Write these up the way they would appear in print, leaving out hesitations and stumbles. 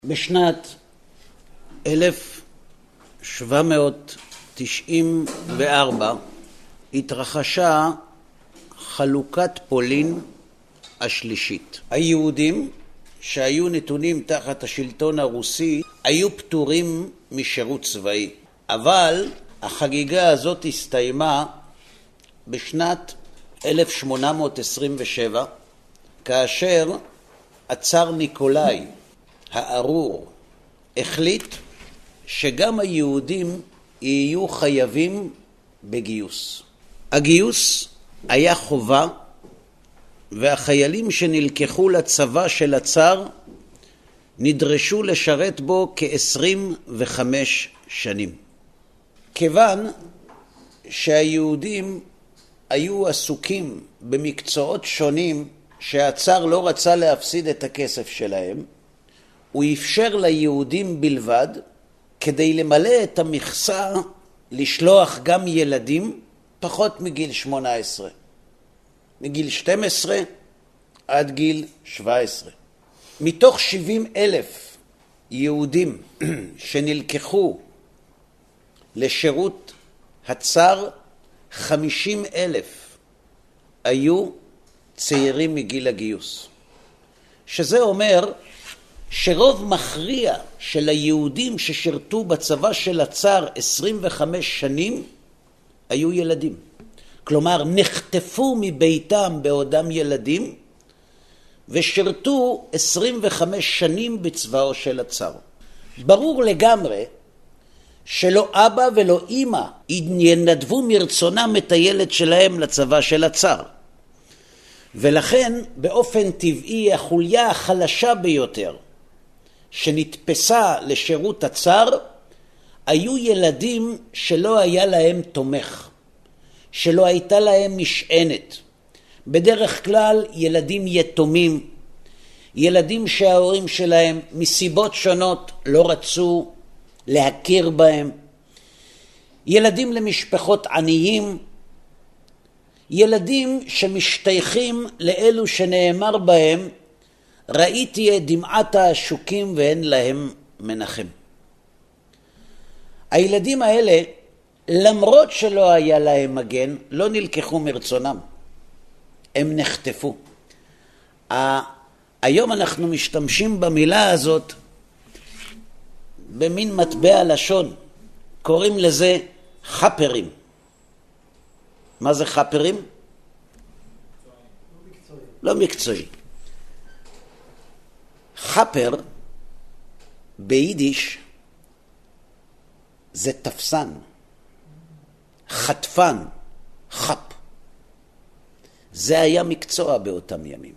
בשנת 1794 התרחשה חלוקת פולין השלישית. היהודים שהיו נתונים תחת השלטון הרוסי היו פטורים משירות צבאי, אבל החגיגה הזאת הסתיימה בשנת 1827 כאשר הצאר ניקולאי הארור החליט שגם היהודים יהיו חייבים בגיוס. הגיוס היה חובה, והחיילים שנלקחו לצבא של הצאר נדרשו לשרת בו כ-25 שנים. כיוון שהיהודים היו עסוקים במקצועות שונים שהצאר לא רצה להפסיד את הכסף שלהם, הוא אפשר ליהודים בלבד, כדי למלא את המכסה, לשלוח גם ילדים פחות מגיל 18, מגיל 12 עד גיל 17. מתוך 70,000 יהודים שנלקחו לשירות הצאר, 50,000 היו צעירים מגיל הגיוס. שזה אומר שרוב מכריע של היהודים ששירתו בצבא של הצאר 25 שנים היו ילדים. כלומר, נחטפו מביתם בעודם ילדים ושירתו 25 שנים בצבאו של הצאר. ברור לגמרי שלא אבא ולא אמא ינדבו מרצונם את הילד שלהם לצבא של הצאר. ולכן באופן טבעי החוליה החלשה ביותר שנתפסה לשירות הצאר היו ילדים שלא היה להם תומך, שלא הייתה להם משענת. בדרך כלל ילדים יתומים, ילדים שההורים שלהם מסיבות שונות לא רצו להכיר בהם, ילדים למשפחות עניים, ילדים שמשתייכים לאלו שנאמר בהם ראיתי את דמעת העשוקים ואין להם מנחם. הילדים האלה, למרות שלא היה להם מגן, לא נלקחו מרצונם, הם נחטפו. היום אנחנו משתמשים במילה הזאת במין מטבע לשון, קוראים לזה חפרים. מה זה חפרים? לא מקצועי. חפר ביידיש זה תפסן, חטפן, חפ. זה היה מקצוע באותם ימים.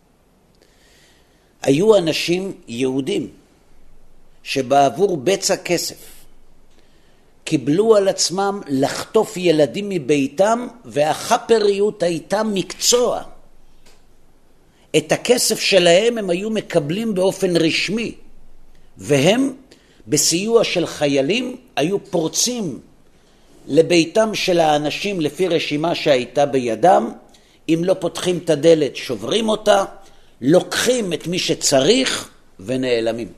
היו אנשים יהודים שבעבור בצע כסף קיבלו על עצמם לחטוף ילדים מביתם, והחפריות הייתה מקצוע. את הכסף שלהם הם היו מקבלים באופן רשמי, והם בסיוע של חיילים היו פורצים לביתם של האנשים לפי רשימה שהייתה בידם. אם לא פותחים את הדלת שוברים אותה, לוקחים את מי שצריך ונעלמים.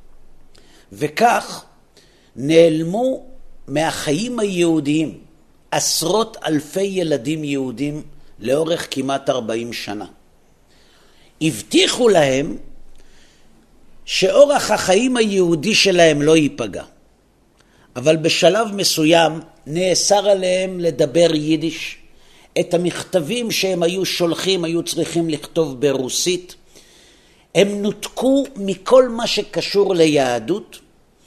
וכך נעלמו מהחיים היהודיים עשרות אלפי ילדים יהודים לאורך כמעט 40 שנה. הבטיחו להם שאורח החיים היהודי שלהם לא ייפגע, אבל בשלב מסוים נאסר עליהם לדבר יידיש. את המכתבים שהם היו שולחים היו צריכים לכתוב ברוסית. הם נותקו מכל מה שקשור ליהדות,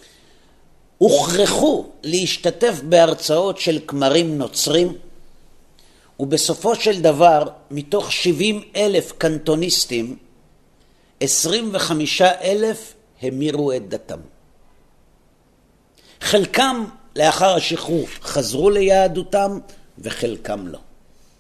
הוכרחו להשתתף בהרצאות של כמרים נוצרים, ובסופו של דבר מתוך 70,000 קנטוניסטים 25,000 המירו את דתם. חלקם לאחר השחרור חזרו ליהדותם וחלקם לא.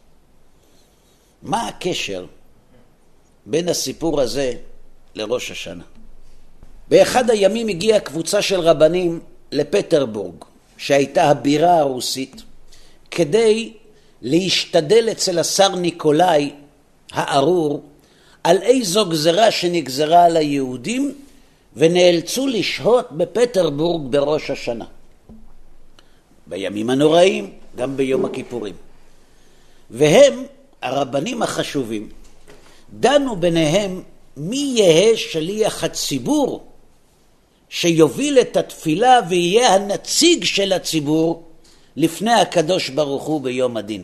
מה הקשר בין הסיפור הזה לראש השנה? באחד הימים הגיעה קבוצה של רבנים לפטרבורג, שהייתה הבירה הרוסית, כדי להשתדל אצל הצאר ניקולאי הארור על איזו גזרה שנגזרה על היהודים ונאלצו לשהות בפטרבורג בראש השנה. בימים הנוראים, גם ביום הכיפורים. והם, הרבנים החשובים, דנו ביניהם מי יהיה שליח הציבור שיוביל את התפילה ויהיה הנציג של הציבור לפני הקדוש ברוך הוא ביום הדין.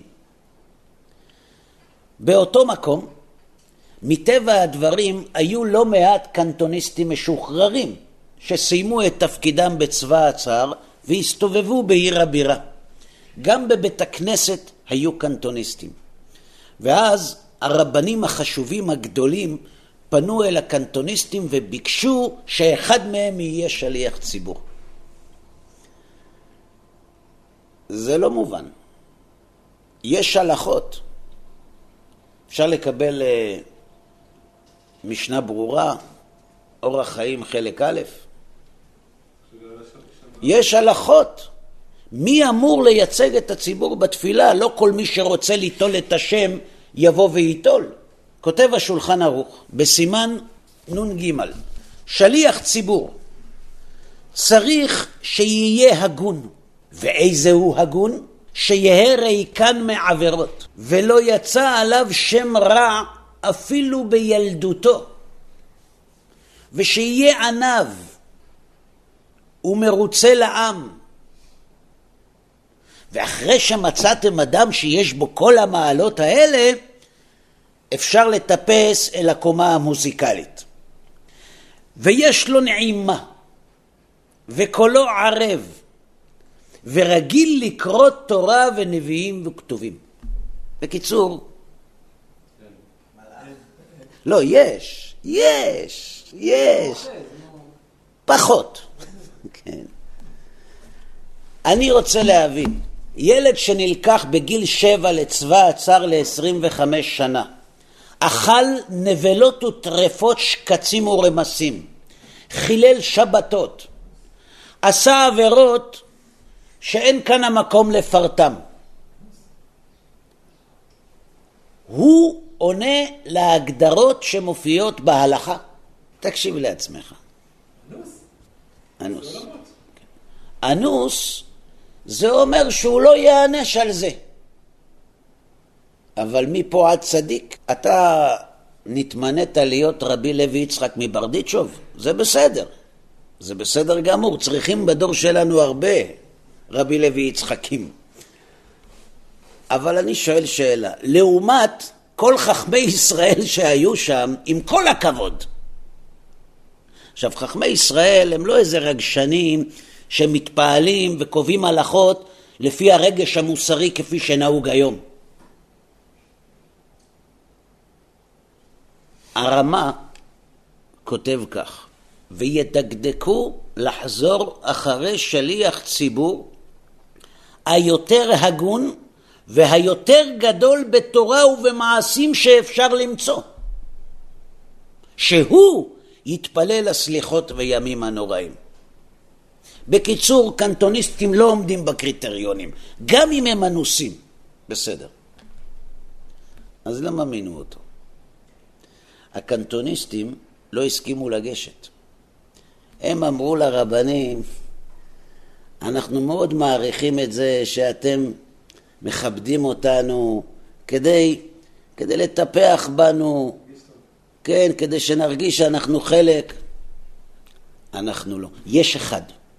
באותו מקום, מטבע הדברים, היו לא מעט קנטוניסטים משוחררים שסיימו את תפקידם בצבא הצאר והסתובבו בעיר הבירה. גם בבית הכנסת היו קנטוניסטים. ואז הרבנים החשובים הגדולים פנו אל הקנטוניסטים וביקשו שאחד מהם יהיה שליח ציבור. זה לא מובן. יש הלכות. אפשר לקבל משנה ברורה, אורח חיים חלק א'. יש הלכות. מי אמור לייצג את הציבור בתפילה? לא כל מי שרוצה ליטול את השם יבוא ויטול. כותב השולחן ערוך בסימן נ"ג, שליח ציבור צריך שיהיה הגון. ואיזה הוא הגון? שיהיה ריקן מעבירות ולא יצא עליו שם רע אפילו בילדותו, ושיהיה ענב ומרוצה לעם. ואחרי שמצאתם אדם שיש בו כל המעלות האלה, אפשר לטפס אל הקומה המוזיקלית. ויש לו נעימה וקולו ערב ורגיל לקרוא תורה ונביאים וכתובים. בקיצור, לא, יש פחות. כן. אני רוצה להבין, ילד שנלקח בגיל 7 לצבא הצאר ל-25 שנה, אכל נבלות וטרפות, שקצים ורמסים, חילל שבתות, עשה עבירות שאין כאן המקום לפרטם. הוא עונה להגדרות שמופיעות בהלכה. תקשיב לעצמך. אנוס. אנוס זה אומר שהוא לא יענש על זה. אבל מפה עד צדיק, אתה נתמנית להיות רבי לוי יצחק מברדיצ'וב, זה בסדר. זה בסדר גמור, צריכים בדור שלנו הרבה רבי לוי יצחקים. אבל אני שואל שאלה, לעומת כל חכמי ישראל שהיו שם, עם כל הכבוד. עכשיו, חכמי ישראל הם לא איזה רגשנים שמתפעלים וקובעים הלכות לפי הרגש המוסרי כפי שנהוג היום. הרמה כותב כך, וידקדקו לחזור אחרי שליח ציבור היותר הגון והיותר גדול בתורה ובמעשים שאפשר למצוא, שהוא יתפלל לסליחות וימים הנוראים. בקיצור, קנטוניסטים לא עומדים בקריטריונים, גם אם הם אנוסים. בסדר. אז למה מינו אותו? הקנטוניסטים לא הסכימו לגשת. הם אמרו לרבנים, אנחנו מאוד מעריכים את זה שאתם מכבדים אותנו כדי לטפח בנו, כן, כדי שנרגיש שאנחנו חלק. אנחנו לא. יש אחד.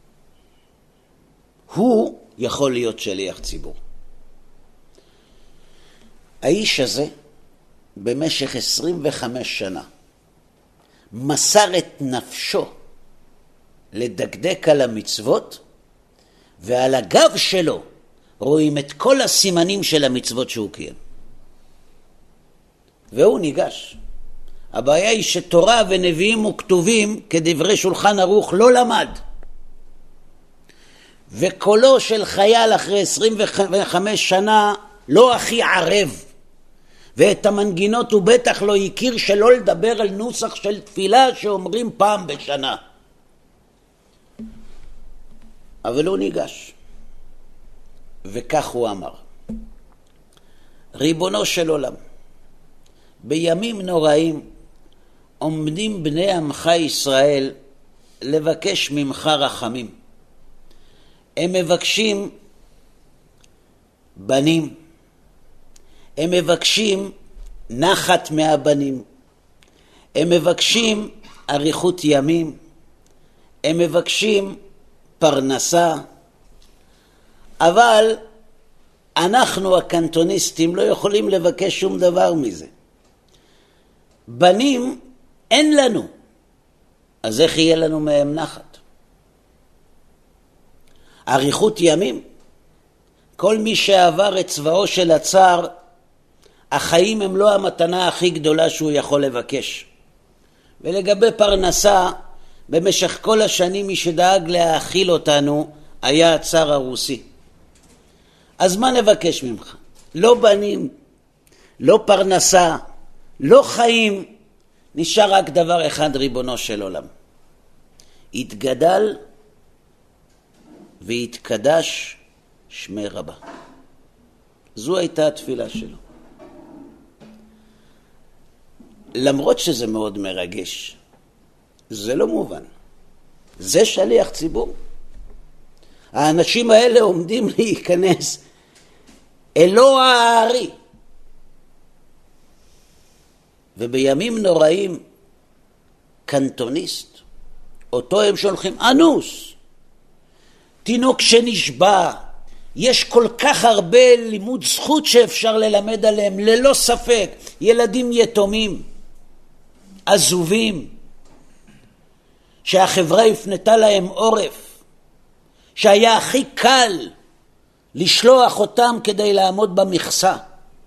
הוא יכול להיות שליח ציבור. האיש הזה במשך 25 שנה מסר את נפשו לדקדק על המצוות, ועל הגב שלו רואים את כל הסימנים של המצוות שהוא קיים. והוא ניגש. הבעיה היא שתורה ונביאים וכתובים כדברי שולחן ערוך לא למד. וקולו של חייל אחרי 25 שנה לא הכי ערב. ואת המנגינות הוא בטח לא הכיר, שלא לדבר על נוסח של תפילה שאומרים פעם בשנה. אבל הוא ניגש. וכך הוא אמר, ריבונו של עולם, בימים נוראים עומדים בני עמך ישראל לבקש ממך רחמים. הם מבקשים בנים, הם מבקשים נחת מהבנים, הם מבקשים אריכות ימים, הם מבקשים פרנסה, אבל אנחנו הקנטוניסטים לא יכולים לבקש שום דבר מזה. בנים אין לנו, אז איך יהיה לנו מהם נחת? אריכות ימים, כל מי שעבר את צבאו של הצער, החיים הם לא המתנה הכי גדולה שהוא יכול לבקש. ולגבי פרנסה, במשך כל השנים מי שדאג להאכיל אותנו היה הצאר הרוסי. אז מה נבקש ממך? לא בנים, לא פרנסה, לא חיים, נשאר רק דבר אחד, ריבונו של עולם. יתגדל ויתקדש שמי רבה. זו הייתה התפילה שלו. למרות שזה מאוד מרגש, זה לא מובן. זה שליח ציבור. האנשים האלה עומדים להיכנס אלוה הארי. ובימים נוראים, קנטוניסט, אותו הם שולחים אנוס. תינוק שנשבע, יש כל כך הרבה לימוד זכות שאפשר ללמד עליהם, ללא ספק. ילדים יתומים, עזובים, שהחברה הפנתה להם עורף, שהיה הכי קל לשלוח אותם כדי לעמוד במכסה.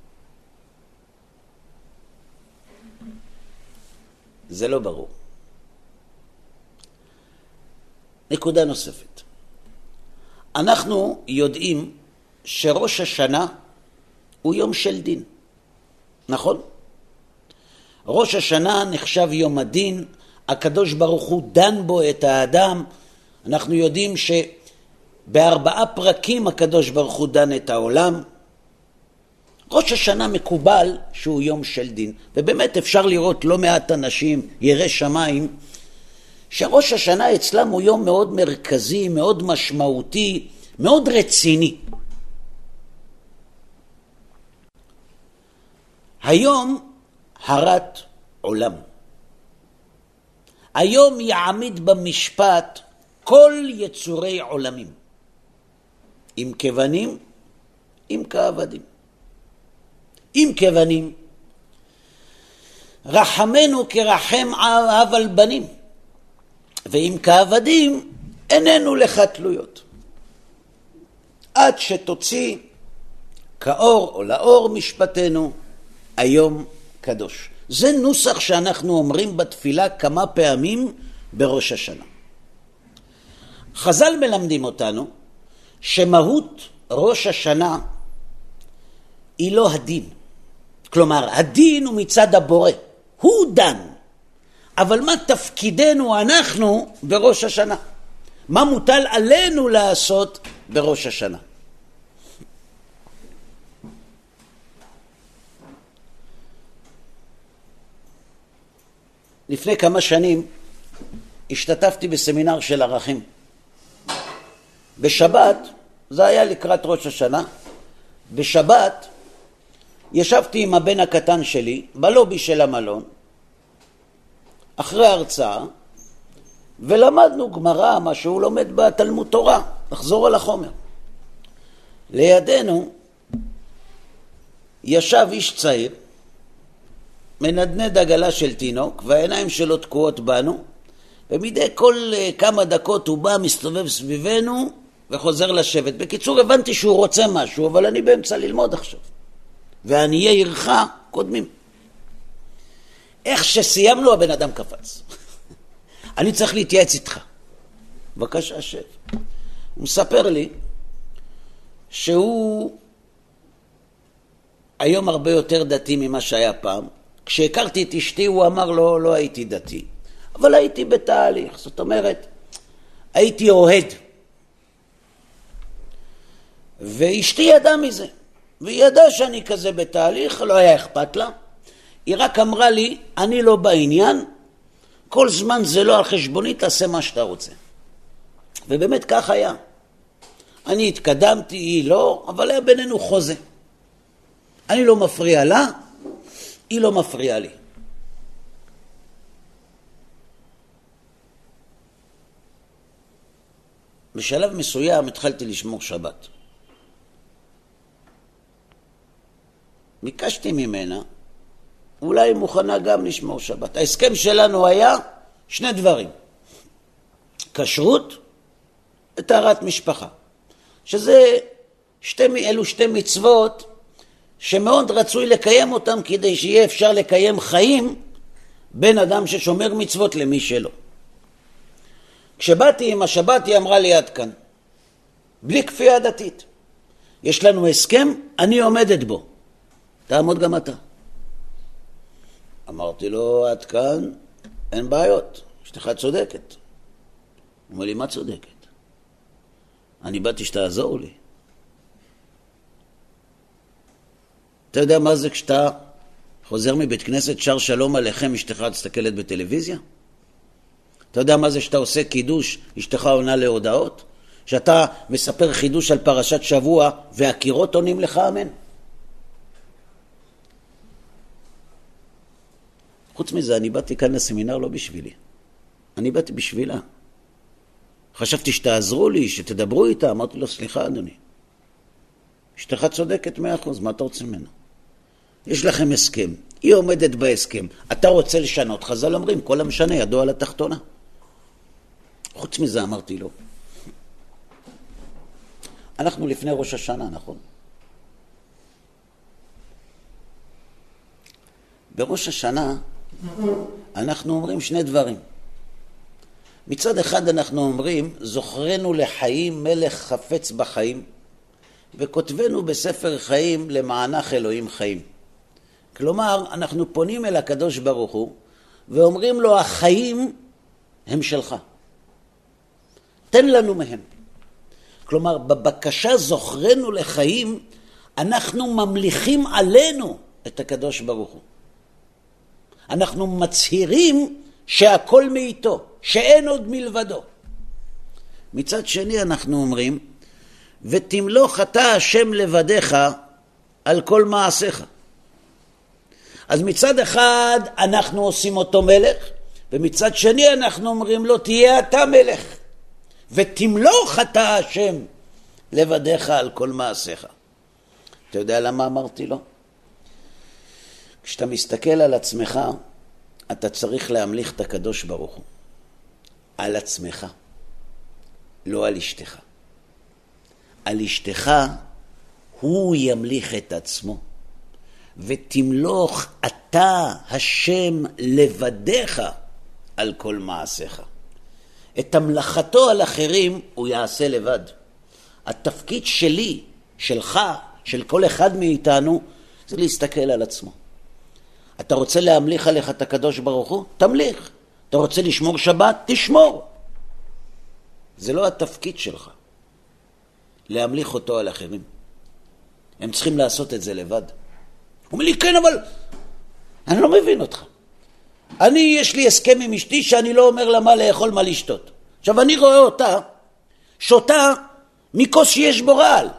זה לא ברור. נקודה נוספת. אנחנו יודעים שראש השנה הוא יום של דין. נכון? ראש השנה נחשב יום הדין, הקדוש ברוך הוא דן בו את האדם. אנחנו יודעים שב4 פרקים הקדוש ברוך הוא דן את העולם. ראש השנה מקובל שהוא יום של דין, ובאמת אפשר לראות לא מעט אנשים, יראי שמיים, שראש השנה אצלם הוא יום מאוד מרכזי, מאוד משמעותי, מאוד רציני. היום הרת עולם. היום יעמיד במשפט כל יצורי עולמים, עם כבנים, עם כעבדים. עם כבנים, רחמנו כרחם אב על בנים, ועם כעבדים איננו לך תלויות. עד שתוציא כאור או לאור משפטנו, היום קדוש. זה נוסח שאנחנו אומרים בתפילה כמה פעמים בראש השנה. חז"ל מלמדים אותנו שמהות ראש השנה היא לא הדין. כלומר, הדין הוא מצד הבורא, הוא דן. אבל מה תפקידנו אנחנו בראש השנה? מה מוטל עלינו לעשות בראש השנה? לפני כמה שנים השתתפתי בסמינר של ערכים. בשבת, זה היה לקראת ראש השנה, בשבת ישבתי עם הבן הקטן שלי בלובי של המלון, אחרי ההרצאה, ולמדנו גמרא, מה שהוא לומד בתלמוד תורה, לחזור על החומר. לידינו ישב איש צעיר, מנדנד עגלה של תינוק, והעיניים שלו תקועות בנו, ומדי כל כמה דקות הוא בא, מסתובב סביבנו, וחוזר לשבת. בקיצור, הבנתי שהוא רוצה משהו, אבל אני באמצע ללמוד עכשיו. ועניי עירך קודמים. איך שסיימנו, הבן אדם קפץ. אני צריך להתייעץ איתך. בבקשה, שב. הוא מספר לי שהוא היום הרבה יותר דתי ממה שהיה פעם. כשהכרתי את אשתי, הוא אמר לו, לא הייתי דתי, אבל הייתי בתהליך. זאת אומרת, הייתי אוהד. ואשתי ידעה מזה. והיא ידעה שאני כזה בתהליך, לא היה אכפת לה. היא רק אמרה לי, אני לא בעניין, כל זמן זה לא על חשבוני, תעשה מה שאתה רוצה. ובאמת כך היה. אני התקדמתי, היא לא, אבל היה בינינו חוזה. אני לא מפריע לה, היא לא מפריעה לי. בשלב מסוים התחלתי לשמור שבת. ביקשתי ממנה, אולי מוכנה גם לשמור שבת. ההסכם שלנו היה שני דברים. כשרות וטהרת משפחה. שזה אלו שתי מצוות שמאוד רצוי לקיים אותם כדי שיהיה אפשר לקיים חיים בין אדם ששומר מצוות למי שלא. כשבאתי עם השבת היא אמרה לי עד כאן, בלי כפייה דתית. יש לנו הסכם, אני עומדת בו. תעמוד גם אתה. אמרתי לו עד כאן, אין בעיות, אשתך צודקת. הוא אומר לי, מה צודקת? אני באתי שתעזור לי. אתה יודע מה זה כשאתה חוזר מבית כנסת, שר שלום עליכם, אשתך תסתכלת בטלוויזיה? אתה יודע מה זה שאתה עושה קידוש, אשתך עונה להודעות? שאתה מספר חידוש על פרשת שבוע והקירות עונים לך אמן? חוץ מזה, אני באתי כאן לסמינר לא בשבילי. אני באתי בשבילה. חשבתי שתעזרו לי, שתדברו איתה. אמרתי לו, סליחה אדוני. אשתך צודקת 100%, מה אתה רוצה ממנו? יש לכם הסכם, היא עומדת בהסכם. אתה רוצה לשנות, חז"ל אומרים, כל המשנה ידו על התחתונה. חוץ מזה אמרתי לו, אנחנו לפני ראש השנה, נכון? בראש השנה אנחנו אומרים שני דברים. מצד אחד אנחנו אומרים, זוכרנו לחיים מלך חפץ בחיים, וכותבנו בספר חיים למענך אלוהים חיים. כלומר, אנחנו פונים אל הקדוש ברוך הוא, ואומרים לו, החיים הם שלך. תן לנו מהם. כלומר, בבקשה זוכרנו לחיים, אנחנו ממליכים עלינו את הקדוש ברוך הוא. אנחנו מצהירים שהכל מאיתו, שאין עוד מלבדו. מצד שני אנחנו אומרים, ותמלוך אתה השם לבדיך על כל מעשיך. אז מצד אחד אנחנו עושים אותו מלך, ומצד שני אנחנו אומרים לו, תהיה אתה מלך, ותמלוך אתה השם לבדיך על כל מעשיך. אתה יודע למה אמרתי לו? כשאתה מסתכל על עצמך, אתה צריך להמליך את הקדוש ברוך הוא. על עצמך, לא על אשתך. על אשתך הוא ימליך את עצמו. ותמלוך אתה השם לבדיך על כל מעשיך. את המלאכתו על אחרים הוא יעשה לבד. התפקיד שלי, שלך, של כל אחד מאיתנו, זה להסתכל על עצמו. אתה רוצה להמליך עליך את הקדוש ברוך הוא? תמליך. אתה רוצה לשמור שבת? תשמור. זה לא התפקיד שלך. להמליך אותו על אחרים. הם צריכים לעשות את זה לבד. הוא אומר לי, כן, אבל אני לא מבין אותך. יש לי הסכם עם אשתי שאני לא אומר לה מה לאכול, מה לשתות. עכשיו אני רואה אותה, שותה מכוס שיש בו רעל.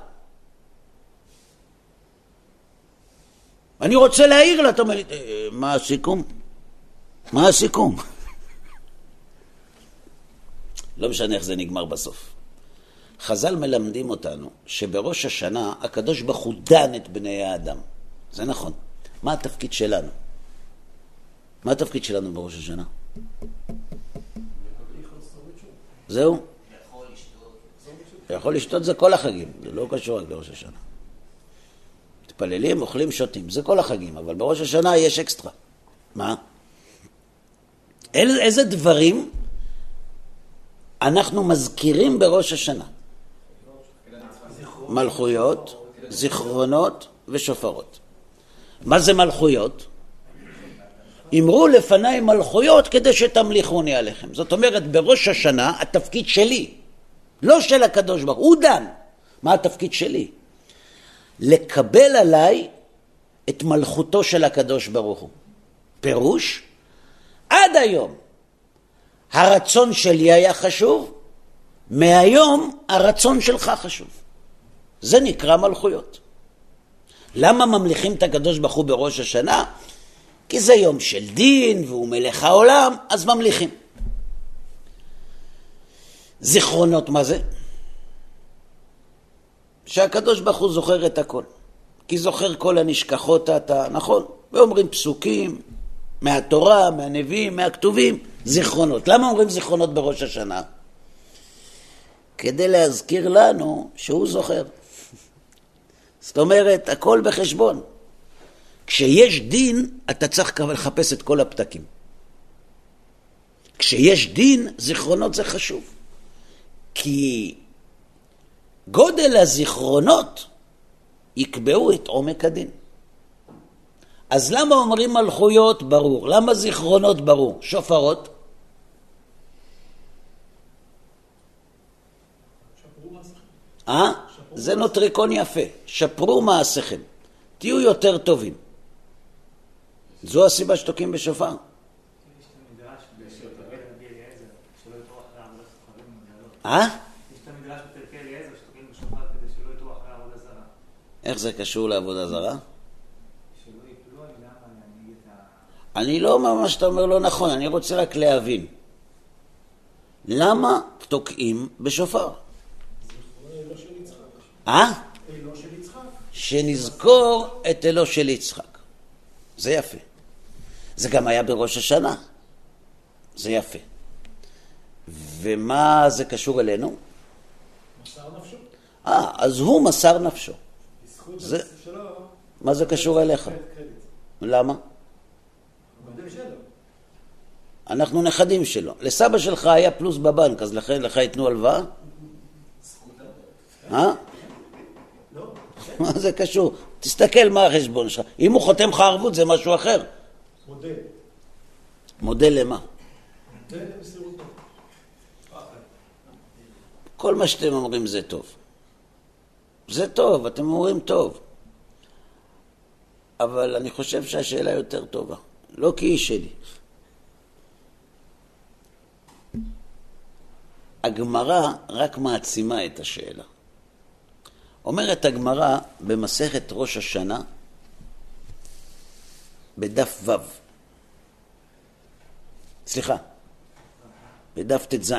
אני רוצה להעיר לה, אתה אומר לי, מה הסיכום? מה הסיכום? לא משנה איך זה נגמר בסוף. חז"ל מלמדים אותנו שבראש השנה הקדוש ברוך הוא דן את בני האדם. זה נכון. מה התפקיד שלנו? מה התפקיד שלנו בראש השנה? זהו? יכול לשתות זה כל החגים, זה לא קשור רק בראש השנה. מתפללים, אוכלים, שותים, זה כל החגים, אבל בראש השנה יש אקסטרה. מה? איזה דברים אנחנו מזכירים בראש השנה? מלכויות, זיכרונות ושופרות. מה זה מלכויות? אמרו לפניי מלכויות כדי שתמליכוני עליכם. זאת אומרת, בראש השנה התפקיד שלי, לא של הקדוש ברוך הוא דן. מה התפקיד שלי? לקבל עליי את מלכותו של הקדוש ברוך הוא. פירוש, עד היום הרצון שלי היה חשוב, מהיום הרצון שלך חשוב. זה נקרא מלכויות. למה ממליכים את הקדוש ברוך הוא בראש השנה? כי זה יום של דין והוא מלך העולם, אז ממליכים. זיכרונות מה זה? שהקדוש ברוך הוא זוכר את הכל. כי זוכר כל הנשכחות אתה, נכון? ואומרים פסוקים מהתורה, מהנביאים, מהכתובים, זיכרונות. למה אומרים זיכרונות בראש השנה? כדי להזכיר לנו שהוא זוכר. זאת אומרת, הכל בחשבון. כשיש דין, אתה צריך לחפש את כל הפתקים. כשיש דין, זיכרונות זה חשוב. כי גודל הזיכרונות יקבעו את עומק הדין. אז למה אומרים מלכויות? ברור. למה זיכרונות? ברור. שופרות? זה נוטריקון יפה. שפרו מעשיכם. תהיו יותר טובים. זו הסיבה שתוקעים בשופר. איך זה קשור לעבודה זרה? אני לא אומר מה שאתה אומר לא נכון, אני רוצה רק להבין. למה תוקעים בשופר? אלו של יצחק. שנזכור את אלו של יצחק. זה יפה. זה גם היה בראש השנה. זה יפה. ומה זה קשור אלינו? מסר נפשו. אז הוא מסר נפשו. זה... שלו... מה זה קשור אליך? למה? אנחנו נכדים שלו. לסבא שלך היה פלוס בבנק, אז לך ייתנו הלוואה? מה זה קשור? תסתכל מה החשבון שלך. אם הוא חותם לך ערבות זה משהו אחר. מודל. מודל למה? מודל למסירותו. כל מה שאתם אומרים זה טוב. זה טוב, אתם אומרים טוב. אבל אני חושב שהשאלה יותר טובה. לא כי היא שלי. הגמרא רק מעצימה את השאלה. אומרת הגמרא במסכת ראש השנה בדף ו', סליחה, בדף ט"ז,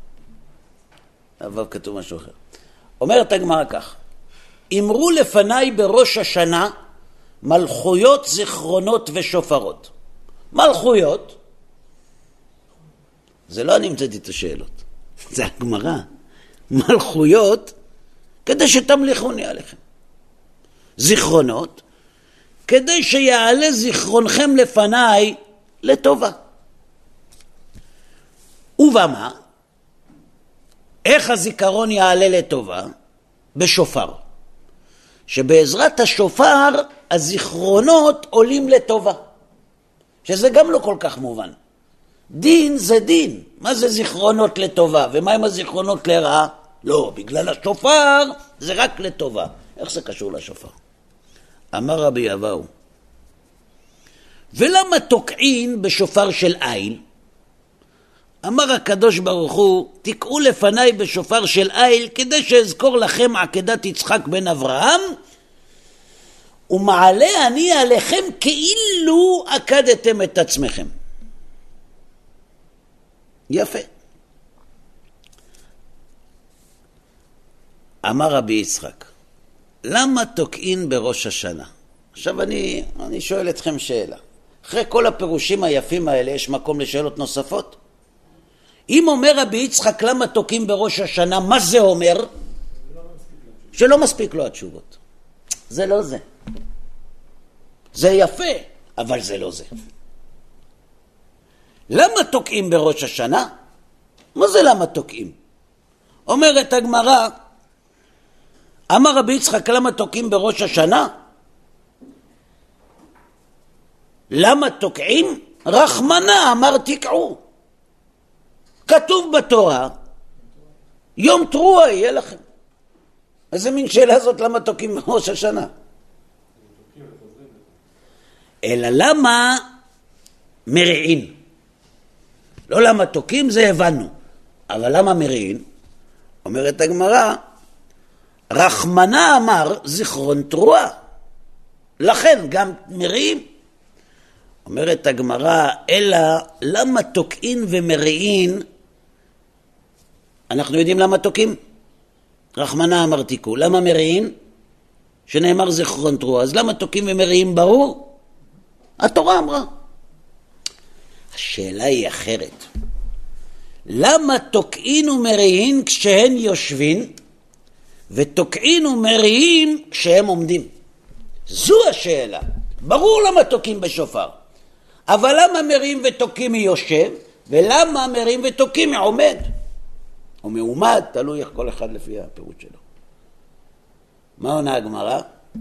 ו' כתוב משהו אחר. אומרת הגמרא כך: אמרו לפניי בראש השנה מלכויות, זיכרונות ושופרות. מלכויות, זה לא אני המצאתי את השאלות, זה הגמרא. מלכויות כדי שתמליכוני עליכם. זיכרונות כדי שיעלה זיכרונכם לפניי לטובה. ובמה? איך הזיכרון יעלה לטובה? בשופר. שבעזרת השופר הזיכרונות עולים לטובה. שזה גם לא כל כך מובן. דין זה דין. מה זה זיכרונות לטובה? ומה עם הזיכרונות לרעה? לא, בגלל השופר זה רק לטובה. איך זה קשור לשופר? אמר רבי אבאו, ולמה תוקעין בשופר של איל? אמר הקדוש ברוך הוא, תקעו לפניי בשופר של איל כדי שאזכור לכם עקדת יצחק בן אברהם, ומעלה אני עליכם כאילו עקדתם את עצמכם. יפה. אמר רבי יצחק, למה תוקעין בראש השנה? עכשיו אני שואל אתכם שאלה. אחרי כל הפירושים היפים האלה יש מקום לשאלות נוספות? אם אומר רבי יצחק למה תוקעים בראש השנה, מה זה אומר? שלא מספיק לו התשובות. זה לא זה. זה יפה, אבל זה לא זה. למה תוקעים בראש השנה? מה זה למה תוקעים? אומרת הגמרא, אמר רבי יצחק למה תוקעים בראש השנה? למה תוקעים? רחמנה אמר תקעו. כתוב בתורה, יום תרועה יהיה לכם. איזה מין שאלה זאת למה תוקעים בראש השנה? אלא למה מרעין? לא למה תוקים, זה הבנו. אבל למה מריעין? אומרת הגמרא, רחמנה אמר זיכרון תרועה. לכן גם מריעים. אומרת הגמרא, אלא למה תוקעין ומריעין? אנחנו יודעים למה תוקים? רחמנה אמר תיקו. למה מריעין? שנאמר זיכרון תרועה. אז למה תוקים ומריעים? ברור. התורה אמרה. השאלה היא אחרת. למה תוקעין ומריעין כשהן יושבים, ותוקעין ומריעים כשהם עומדים? זו השאלה. ברור למה תוקעים בשופר. אבל למה מריעים ותוקעים מיושב, ולמה מריעים ותוקעים מעומד? או מעומד, תלוי איך כל אחד לפי הפירוט שלו. מה עונה הגמרא?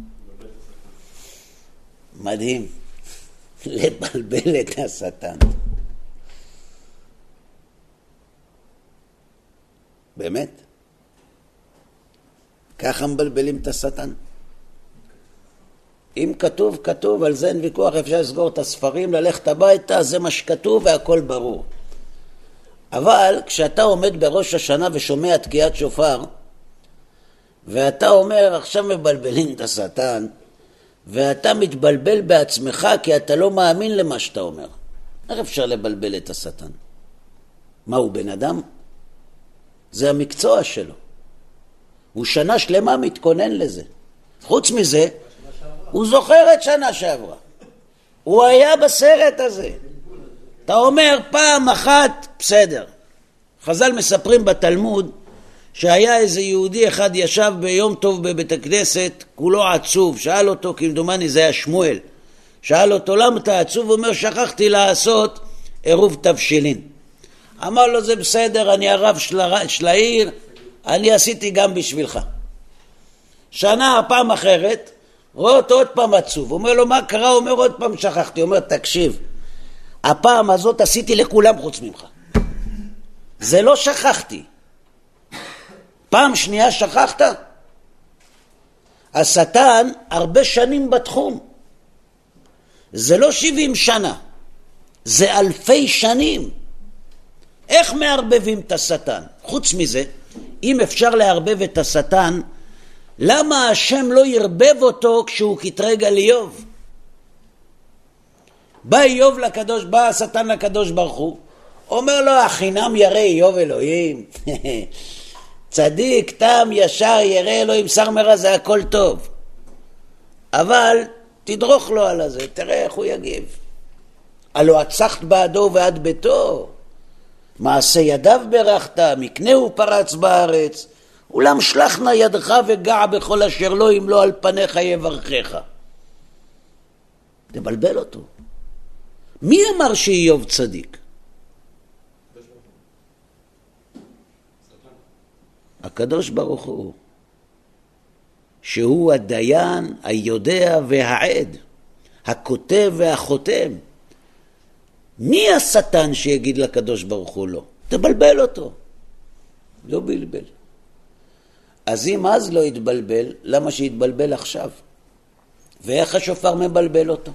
מדהים. לבלבל את השטן. באמת? ככה מבלבלים את השטן? אם כתוב, כתוב, על זה אין ויכוח, אפשר לסגור את הספרים, ללכת הביתה, זה מה שכתוב והכל ברור. אבל כשאתה עומד בראש השנה ושומע תקיעת שופר, ואתה אומר, עכשיו מבלבלים את השטן, ואתה מתבלבל בעצמך כי אתה לא מאמין למה שאתה אומר. איך אפשר לבלבל את השטן? מה, הוא בן אדם? זה המקצוע שלו. הוא שנה שלמה מתכונן לזה. חוץ מזה, הוא זוכר את שנה שעברה. הוא היה בסרט הזה. אתה אומר פעם אחת, בסדר. חז"ל מספרים בתלמוד שהיה איזה יהודי אחד ישב ביום טוב בבית הכנסת, כולו עצוב, שאל אותו, כמדומני זה היה שמואל, שאל אותו למה אתה עצוב? הוא אומר שכחתי לעשות עירוב תבשילין. אמר לו זה בסדר, אני הרב של העיר, אני עשיתי גם בשבילך. שנה פעם אחרת, רואה אותו עוד פעם עצוב, אומר לו מה קרה? הוא אומר עוד פעם שכחתי. הוא אומר תקשיב, הפעם הזאת עשיתי לכולם חוץ ממך. זה לא שכחתי. פעם שנייה שכחת? השטן הרבה שנים בתחום. זה לא 70 שנה, זה אלפי שנים. איך מערבבים את השטן? חוץ מזה, אם אפשר לערבב את השטן, למה השם לא ירבב אותו כשהוא קטרג על איוב? בא השטן לקדוש ברוך הוא, אומר לו החינם ירא איוב אלוהים. צדיק, תם, ישר, ירא אלוהים, שר מרע, זה הכל טוב. אבל תדרוך לו על הזה, תראה איך הוא יגיב. הלא הצחת בעדו ועד ביתו, מעשה ידיו ברכת, מקנהו פרץ בארץ, אולם שלח נא ידך וגע בכל אשר לא, אם לא על פניך יברכך. תבלבל אותו. מי אמר שאיוב צדיק? הקדוש ברוך הוא, שהוא הדיין, היודע והעד, הכותב והחותם. מי השטן שיגיד לקדוש ברוך הוא לא? תבלבל אותו. לא בלבל. אז אם אז לא יתבלבל, למה שיתבלבל עכשיו? ואיך השופר מבלבל אותו?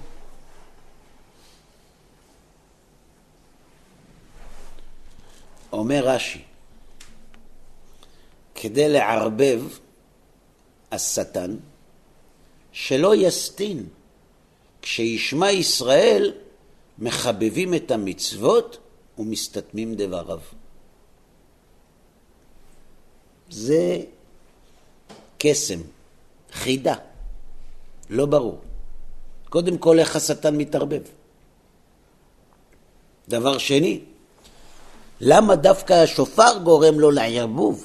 אומר רש"י, כדי לערבב השטן, שלא יסתין, כשישמע ישראל מחבבים את המצוות ומסתתמים דבריו. זה קסם, חידה, לא ברור. קודם כל איך השטן מתערבב. דבר שני, למה דווקא השופר גורם לו לערבוב?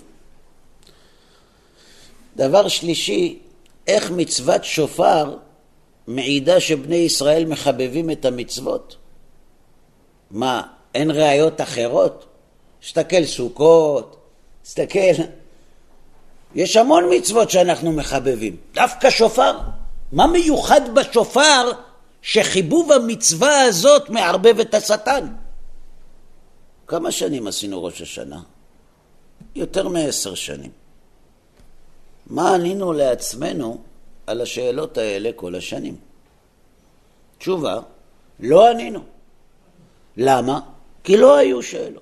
דבר שלישי, איך מצוות שופר מעידה שבני ישראל מחבבים את המצוות? מה, אין ראיות אחרות? שתקל סוכות, שתקל, יש המון מצוות שאנחנו מחבבים, דווקא שופר. מה מיוחד בשופר שחיבוב המצווה הזאת מערבב את השטן? כמה שנים עשינו ראש השנה? יותר מ10 שנים. מה ענינו לעצמנו על השאלות האלה כל השנים? תשובה, לא ענינו. למה? כי לא היו שאלות.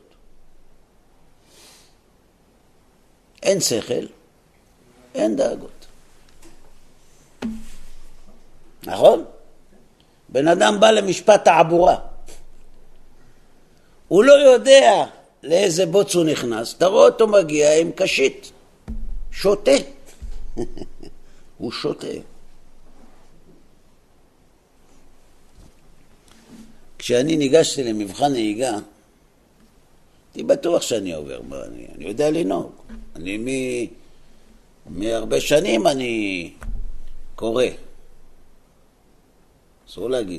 אין שכל, אין דאגות. נכון? בן אדם בא למשפט תעבורה. הוא לא יודע לאיזה בוץ הוא נכנס. תראו אותו מגיע עם קשית. שותה. הוא שותה. כשאני ניגשתי למבחן נהיגה, הייתי בטוח שאני עובר. אני יודע לנהוג. אני מהרבה שנים אני קורא. אסור להגיד.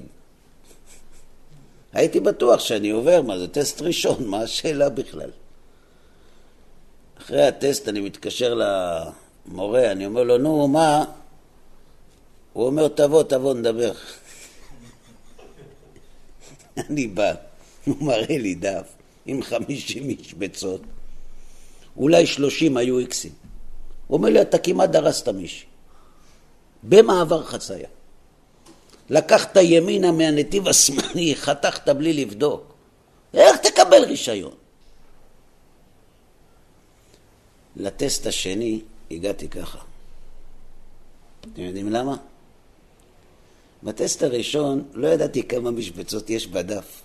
הייתי בטוח שאני עובר, מה זה טסט ראשון, מה השאלה בכלל? אחרי הטסט אני מתקשר למורה, אני אומר לו, נו, מה? הוא אומר, תבוא, נדבר. אני בא, הוא מראה לי דף עם 50 משבצות, אולי 30 היו איקסים. הוא אומר לי, אתה כמעט דרסת מישהי. במעבר חצייה. לקחת ימינה מהנתיב השמאלי, חתכת בלי לבדוק. איך תקבל רישיון? לטסט השני הגעתי ככה. אתם יודעים למה? בטסט הראשון לא ידעתי כמה משבצות יש בדף.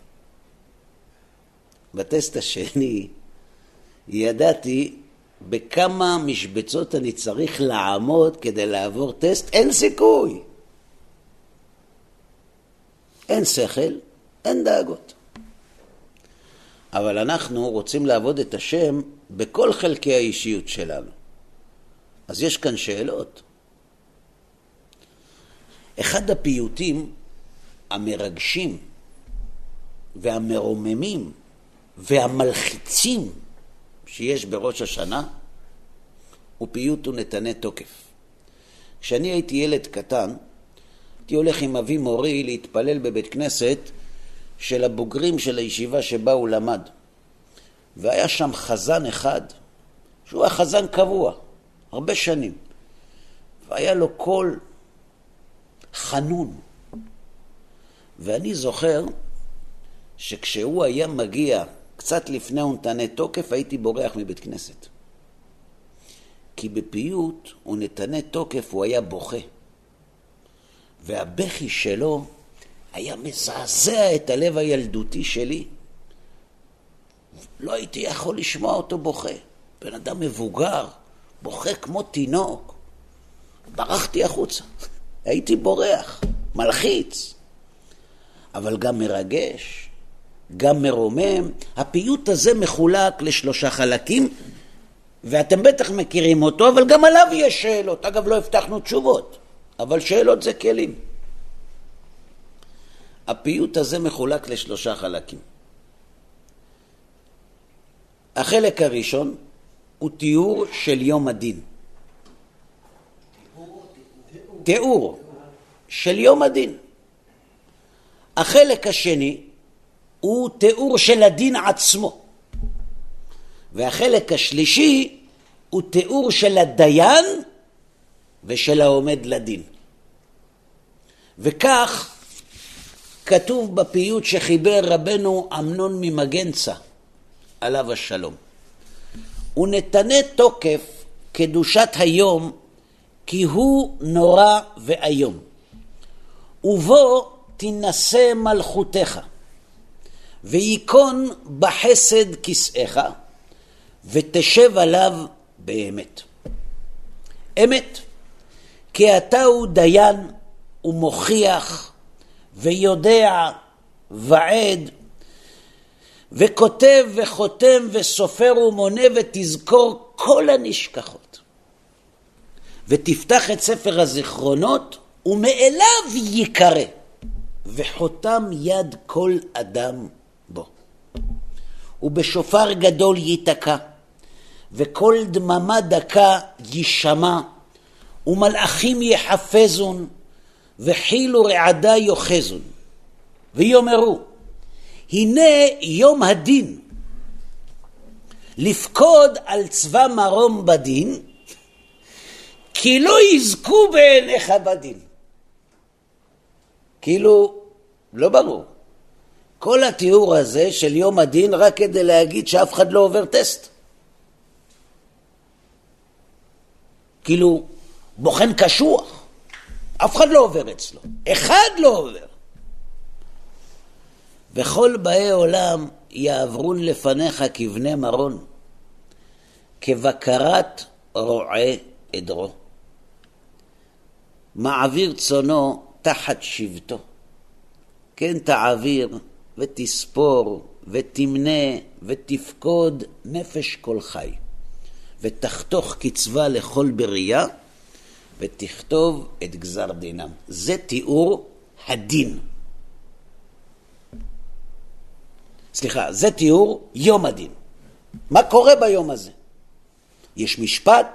בטסט השני ידעתי בכמה משבצות אני צריך לעמוד כדי לעבור טסט. אין סיכוי. אין שכל, אין דאגות. אבל אנחנו רוצים לעבוד את השם בכל חלקי האישיות שלנו. אז יש כאן שאלות. אחד הפיוטים המרגשים והמרוממים והמלחיצים שיש בראש השנה הוא פיוט ונתנה תוקף. כשאני הייתי ילד קטן, הייתי הולך עם אבי מורי להתפלל בבית כנסת של הבוגרים של הישיבה שבה הוא למד. והיה שם חזן אחד, שהוא היה חזן קבוע, הרבה שנים. והיה לו קול חנון. ואני זוכר שכשהוא היה מגיע קצת לפני ונתנה תוקף, הייתי בורח מבית כנסת. כי בפיוט ונתנה תוקף הוא היה בוכה. והבכי שלו היה מזעזע את הלב הילדותי שלי. לא הייתי יכול לשמוע אותו בוכה. בן אדם מבוגר, בוכה כמו תינוק. ברחתי החוצה. הייתי בורח, מלחיץ. אבל גם מרגש, גם מרומם. הפיוט הזה מחולק לשלושה חלקים, ואתם בטח מכירים אותו, אבל גם עליו יש שאלות. אגב, לא הבטחנו תשובות, אבל שאלות זה כלים. הפיוט הזה מחולק לשלושה חלקים. החלק הראשון הוא תיאור של יום הדין. תיאור של יום הדין. החלק השני הוא תיאור של הדין עצמו. והחלק השלישי הוא תיאור של הדיין ושל העומד לדין. וכך כתוב בפיוט שחיבר רבנו אמנון ממגנצה, עליו השלום. ונתנה תוקף קדושת היום, כי הוא נורא ואיום. ובו תנסה מלכותך, ויקון בחסד כסאך, ותשב עליו באמת. אמת, כי אתה הוא דיין ומוכיח ויודע ועד, וכותב וחותם וסופר ומונה, ותזכור כל הנשכחות. ותפתח את ספר הזיכרונות, ומאליו יקרא, וחותם יד כל אדם בו. ובשופר גדול ייתקע, וכל דממה דקה יישמע, ומלאכים יחפזון, וחיל ורעדה יוחזון. ויאמרו, הנה יום הדין, לפקוד על צבא מרום בדין, כי לא יזכו בעיניך בדין. כאילו, לא ברור. כל התיאור הזה של יום הדין רק כדי להגיד שאף אחד לא עובר טסט. כאילו, בוחן קשוח. אף אחד לא עובר אצלו. אחד לא עובר. וכל באי עולם יעברון לפניך כבני מרון, כבקרת רועה עדרו. מעביר צונו תחת שבטו. כן תעביר ותספור ותמנה ותפקוד נפש כל חי. ותחתוך קצבה לכל בריאה ותכתוב את גזר דינם. זה תיאור הדין. סליחה, זה תיאור יום הדין. מה קורה ביום הזה? יש משפט,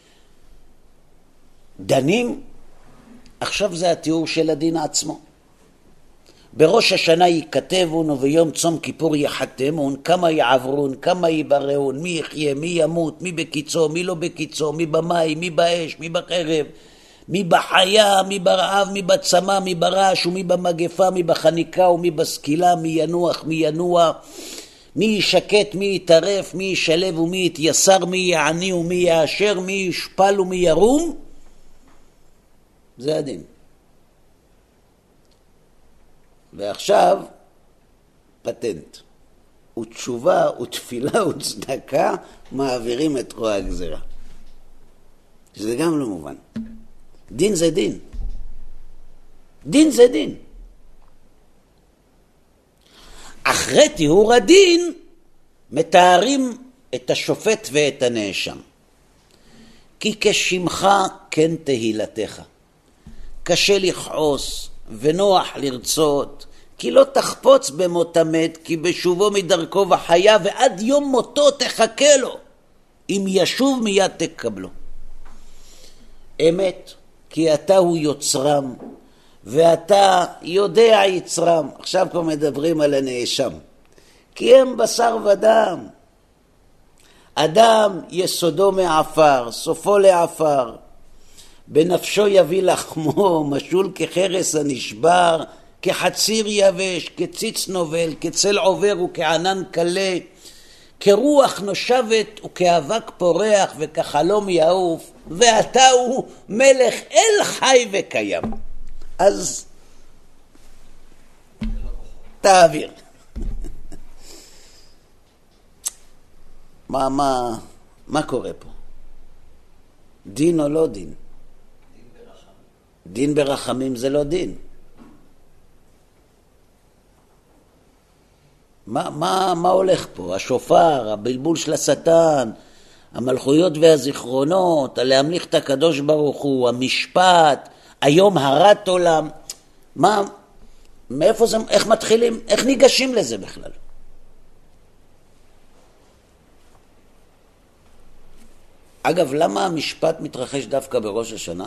דנים, עכשיו זה התיאור של הדין עצמו. בראש השנה ייכתבון וביום צום כיפור יחתמון, כמה יעברון, כמה יברעון, מי יחיה, מי ימות, מי בקיצו, מי לא בקיצו, מי במים, מי באש, מי בחרב, מי בחיה, מי ברעב, מי בצמא, מי ברעש, ומי במגפה, מי בחניקה, ומי בסקילה, מי ינוח, מי ינוע, מי ישקט, מי יטרף, מי ישלב ומי יתייסר, מי יעני ומי יאשר, מי ישפל ומי ירום. זה הדין. ועכשיו פטנט. ותשובה ותפילה וצדקה מעבירים את רוע הגזירה. שזה גם לא מובן. דין זה דין. דין זה דין. אחרי תיאור הדין מתארים את השופט ואת הנאשם. כי כשמך כן תהילתך. קשה לכעוס ונוח לרצות, כי לא תחפוץ במות המת, כי בשובו מדרכו וחיה, ועד יום מותו תחכה לו. אם ישוב מיד תקבלו. אמת, כי אתה הוא יוצרם, ואתה יודע יצרם. עכשיו כבר מדברים על הנאשם. כי הם בשר ודם. אדם יסודו מעפר, סופו לעפר. בנפשו יביא לחמו, משול כחרס הנשבר, כחציר יבש, כציץ נובל, כצל עובר וכענן קלה, כרוח נושבת וכאבק פורח וכחלום יעוף, ואתה הוא מלך אל חי וקיים. אז תעביר. מה קורה פה? דין או לא דין? דין ברחמים זה לא דין. מה הולך פה? השופר, הבלבול של השטן, המלכויות והזיכרונות, להמליך את הקדוש ברוך הוא, המשפט, היום הרת עולם. מאיפה זה, איך מתחילים, איך ניגשים לזה בכלל? אגב, למה המשפט מתרחש דווקא בראש השנה?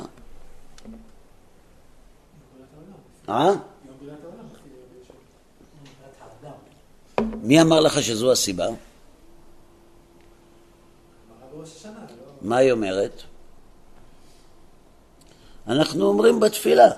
מי אמר לך שזו הסיבה? מה היא אומרת? אנחנו אומרים בתפילה.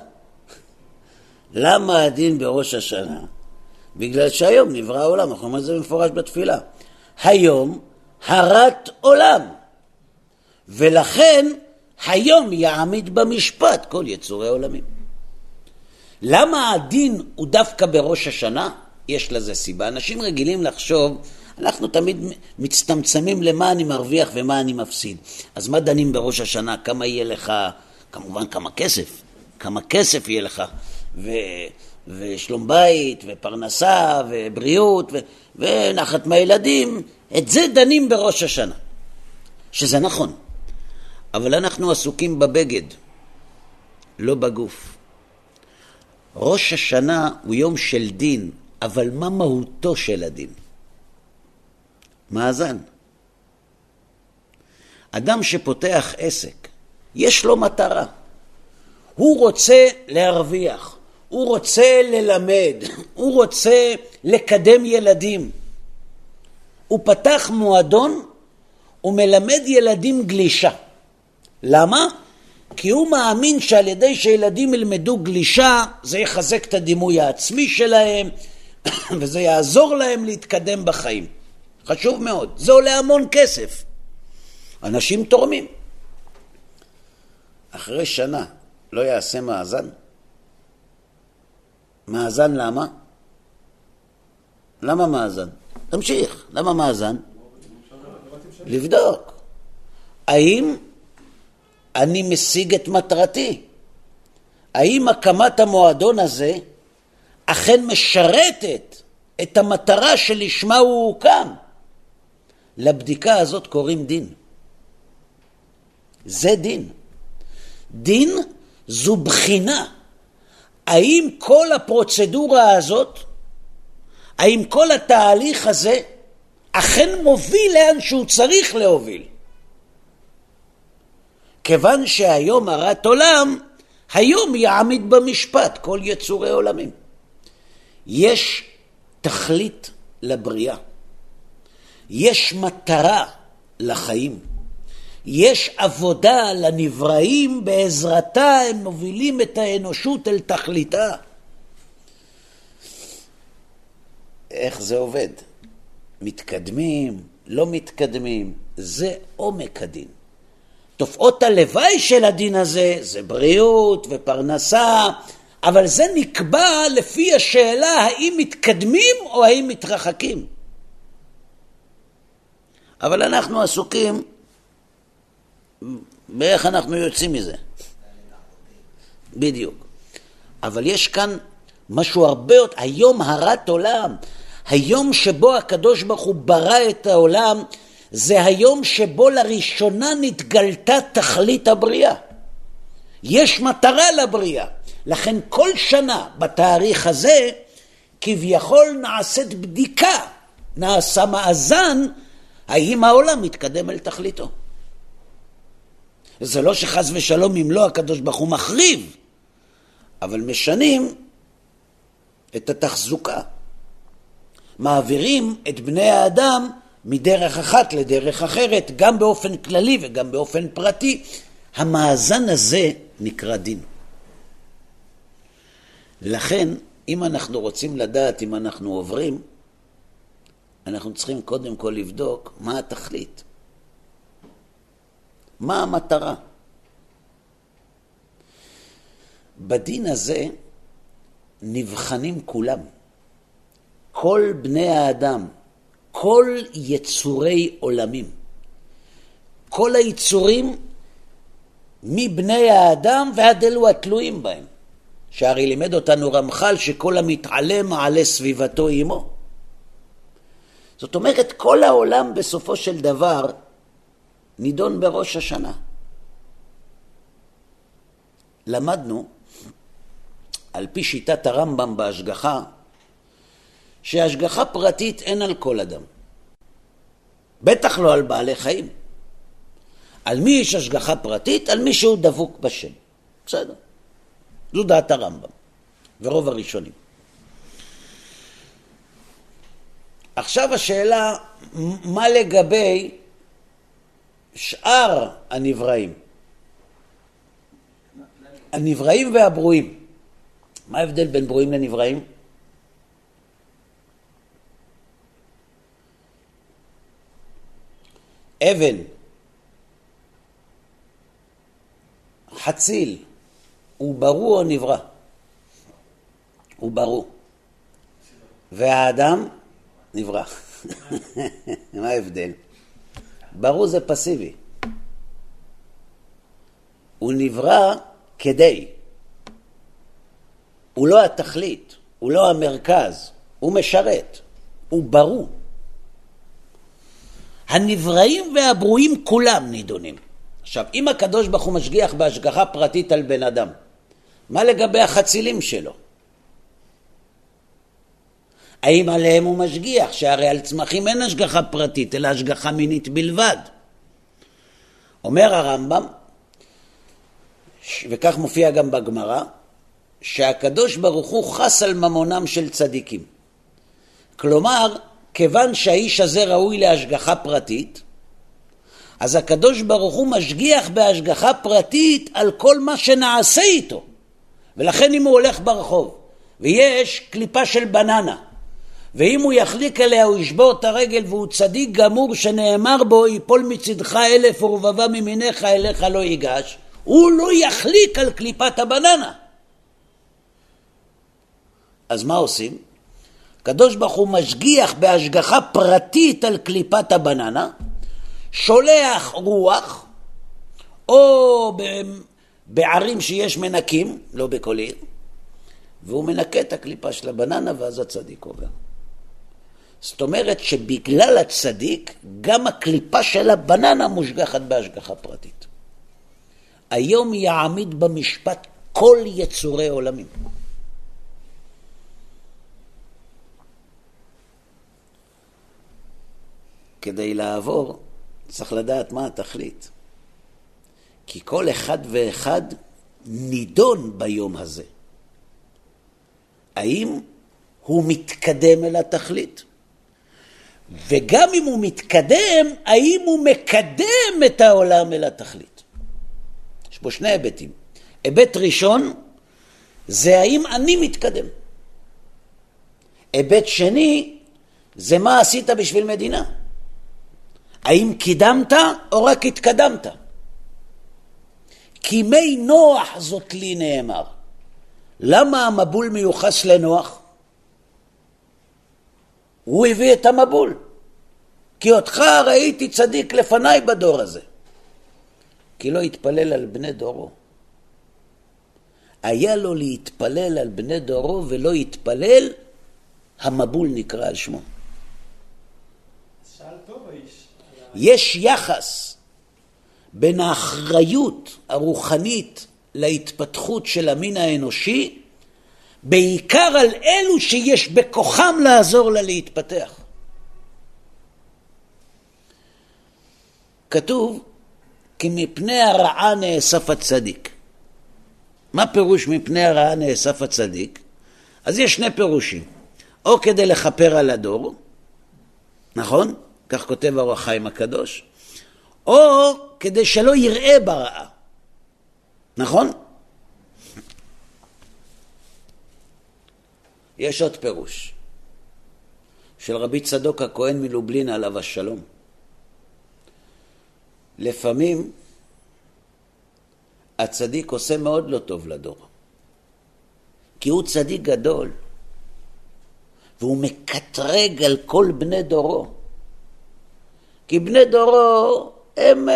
למה הדין בראש השנה? בגלל שהיום נברא העולם, אנחנו אומרים את זה במפורש בתפילה. היום הרת עולם. ולכן היום יעמיד במשפט כל יצורי עולמים. למה הדין הוא דווקא בראש השנה? יש לזה סיבה. אנשים רגילים לחשוב, אנחנו תמיד מצטמצמים למה אני מרוויח ומה אני מפסיד. אז מה דנים בראש השנה? כמה יהיה לך? כמובן כמה כסף. כמה כסף יהיה לך? ושלום בית, ופרנסה, ובריאות, ונחת מהילדים. את זה דנים בראש השנה. שזה נכון. אבל אנחנו עסוקים בבגד, לא בגוף. ראש השנה הוא יום של דין, אבל מה מהותו של הדין? מאזן. אדם שפותח עסק, יש לו מטרה. הוא רוצה להרוויח, הוא רוצה ללמד, הוא רוצה לקדם ילדים. הוא פתח מועדון, הוא מלמד ילדים גלישה. למה? כי הוא מאמין שעל ידי שילדים ילמדו גלישה, זה יחזק את הדימוי העצמי שלהם, וזה יעזור להם להתקדם בחיים. חשוב מאוד. זה עולה המון כסף. אנשים תורמים. אחרי שנה לא יעשה מאזן? מאזן למה? למה מאזן? תמשיך. למה מאזן? לבדוק. האם אני משיג את מטרתי? האם הקמת המועדון הזה אכן משרתת את המטרה שלשמה הוא הוקם? לבדיקה הזאת קוראים דין. זה דין. דין זו בחינה. האם כל הפרוצדורה הזאת, האם כל התהליך הזה אכן מוביל לאן שהוא צריך להוביל? כיוון שהיום הרת עולם, היום יעמיד במשפט כל יצורי עולמים. יש תכלית לבריאה. יש מטרה לחיים. יש עבודה לנבראים, בעזרתה הם מובילים את האנושות אל תכליתה. איך זה עובד? מתקדמים, לא מתקדמים, זה עומק הדין. תופעות הלוואי של הדין הזה זה בריאות ופרנסה, אבל זה נקבע לפי השאלה האם מתקדמים או האם מתרחקים. אבל אנחנו עסוקים באיך אנחנו יוצאים מזה. בדיוק. אבל יש כאן משהו הרבה יותר, היום הרת עולם, היום שבו הקדוש ברוך הוא ברא את העולם, זה היום שבו לראשונה נתגלתה תכלית הבריאה. יש מטרה לבריאה. לכן כל שנה בתאריך הזה כביכול נעשית בדיקה, נעשה מאזן, האם העולם מתקדם אל תכליתו. זה לא שחס ושלום אם לא הקדוש ברוך הוא מחריב, אבל משנים את התחזוקה. מעבירים את בני האדם מדרך אחת לדרך אחרת, גם באופן כללי וגם באופן פרטי. המאזן הזה נקרא דין. לכן, אם אנחנו רוצים לדעת אם אנחנו עוברים, אנחנו צריכים קודם כל לבדוק מה התכלית. מה המטרה? בדין הזה נבחנים כולם. כל בני האדם, כל יצורי עולמים. כל היצורים מבני האדם ועד אלו התלויים בהם. שהרי לימד אותנו רמח"ל שכל המתעלה מעלה סביבתו עמו. זאת אומרת, כל העולם בסופו של דבר נידון בראש השנה. למדנו, על פי שיטת הרמב"ם בהשגחה, שהשגחה פרטית אין על כל אדם. בטח לא על בעלי חיים. על מי יש השגחה פרטית? על מי שהוא דבוק בשם. בסדר. זו דעת הרמב"ם, ורוב הראשונים. עכשיו השאלה, מה לגבי שאר הנבראים? הנבראים והברואים. מה ההבדל בין ברואים לנבראים? אבן, חציל, הוא ברוא או נברא? הוא ברוא. והאדם נברא. מה ההבדל? ברוא זה פסיבי. הוא נברא כדי. הוא לא התכלית, הוא לא המרכז, הוא משרת. הוא ברוא. הנבראים והברואים כולם נידונים. עכשיו, אם הקדוש ברוך הוא משגיח בהשגחה פרטית על בן אדם, מה לגבי החצילים שלו? האם עליהם הוא משגיח? שהרי על צמחים אין השגחה פרטית, אלא השגחה מינית בלבד. אומר הרמב"ם, וכך מופיע גם בגמרא, שהקדוש ברוך הוא חס על ממונם של צדיקים. כלומר, כיוון שהאיש הזה ראוי להשגחה פרטית, אז הקדוש ברוך הוא משגיח בהשגחה פרטית על כל מה שנעשה איתו. ולכן אם הוא הולך ברחוב ויש קליפה של בננה ואם הוא יחליק עליה הוא ישבור את הרגל והוא צדיק גמור שנאמר בו יפול מצדך 1000 ורבבה מימינך אליך לא ייגש, הוא לא יחליק על קליפת הבננה. אז מה עושים? הקדוש ברוך הוא משגיח בהשגחה פרטית על קליפת הבננה, שולח רוח, או בערים שיש מנקים, לא בכל עיר, והוא מנקה את הקליפה של הבננה ואז הצדיק עובר. זאת אומרת שבגלל הצדיק גם הקליפה של הבננה מושגחת בהשגחה פרטית. היום יעמיד במשפט כל יצורי עולמים. כדי לעבור צריך לדעת מה התכלית. כי כל אחד ואחד נידון ביום הזה. האם הוא מתקדם אל התכלית? וגם אם הוא מתקדם, האם הוא מקדם את העולם אל התכלית? יש פה שני היבטים. היבט ראשון זה האם אני מתקדם. היבט שני זה מה עשית בשביל מדינה. האם קידמת או רק התקדמת? כי מי נוח זאת לי נאמר. למה המבול מיוחס לנוח? הוא הביא את המבול. כי אותך ראיתי צדיק לפניי בדור הזה. כי לא התפלל על בני דורו. היה לו להתפלל על בני דורו ולא התפלל, המבול נקרא על שמו. שאל טוב האיש. יש יחס בין האחריות הרוחנית להתפתחות של המין האנושי, בעיקר על אלו שיש בכוחם לעזור לה להתפתח. כתוב, כי מפני הרעה נאסף הצדיק. מה פירוש מפני הרעה נאסף הצדיק? אז יש שני פירושים. או כדי לכפר על הדור, נכון? כך כותב האור החיים הקדוש. או כדי שלא יראה ברעה. נכון? יש עוד פירוש של רבי צדוק הכהן מלובלין עליו השלום. לפעמים הצדיק עושה מאוד לא טוב לדור, כי הוא צדיק גדול והוא מקטרג על כל בני דורו, כי בני דורו הם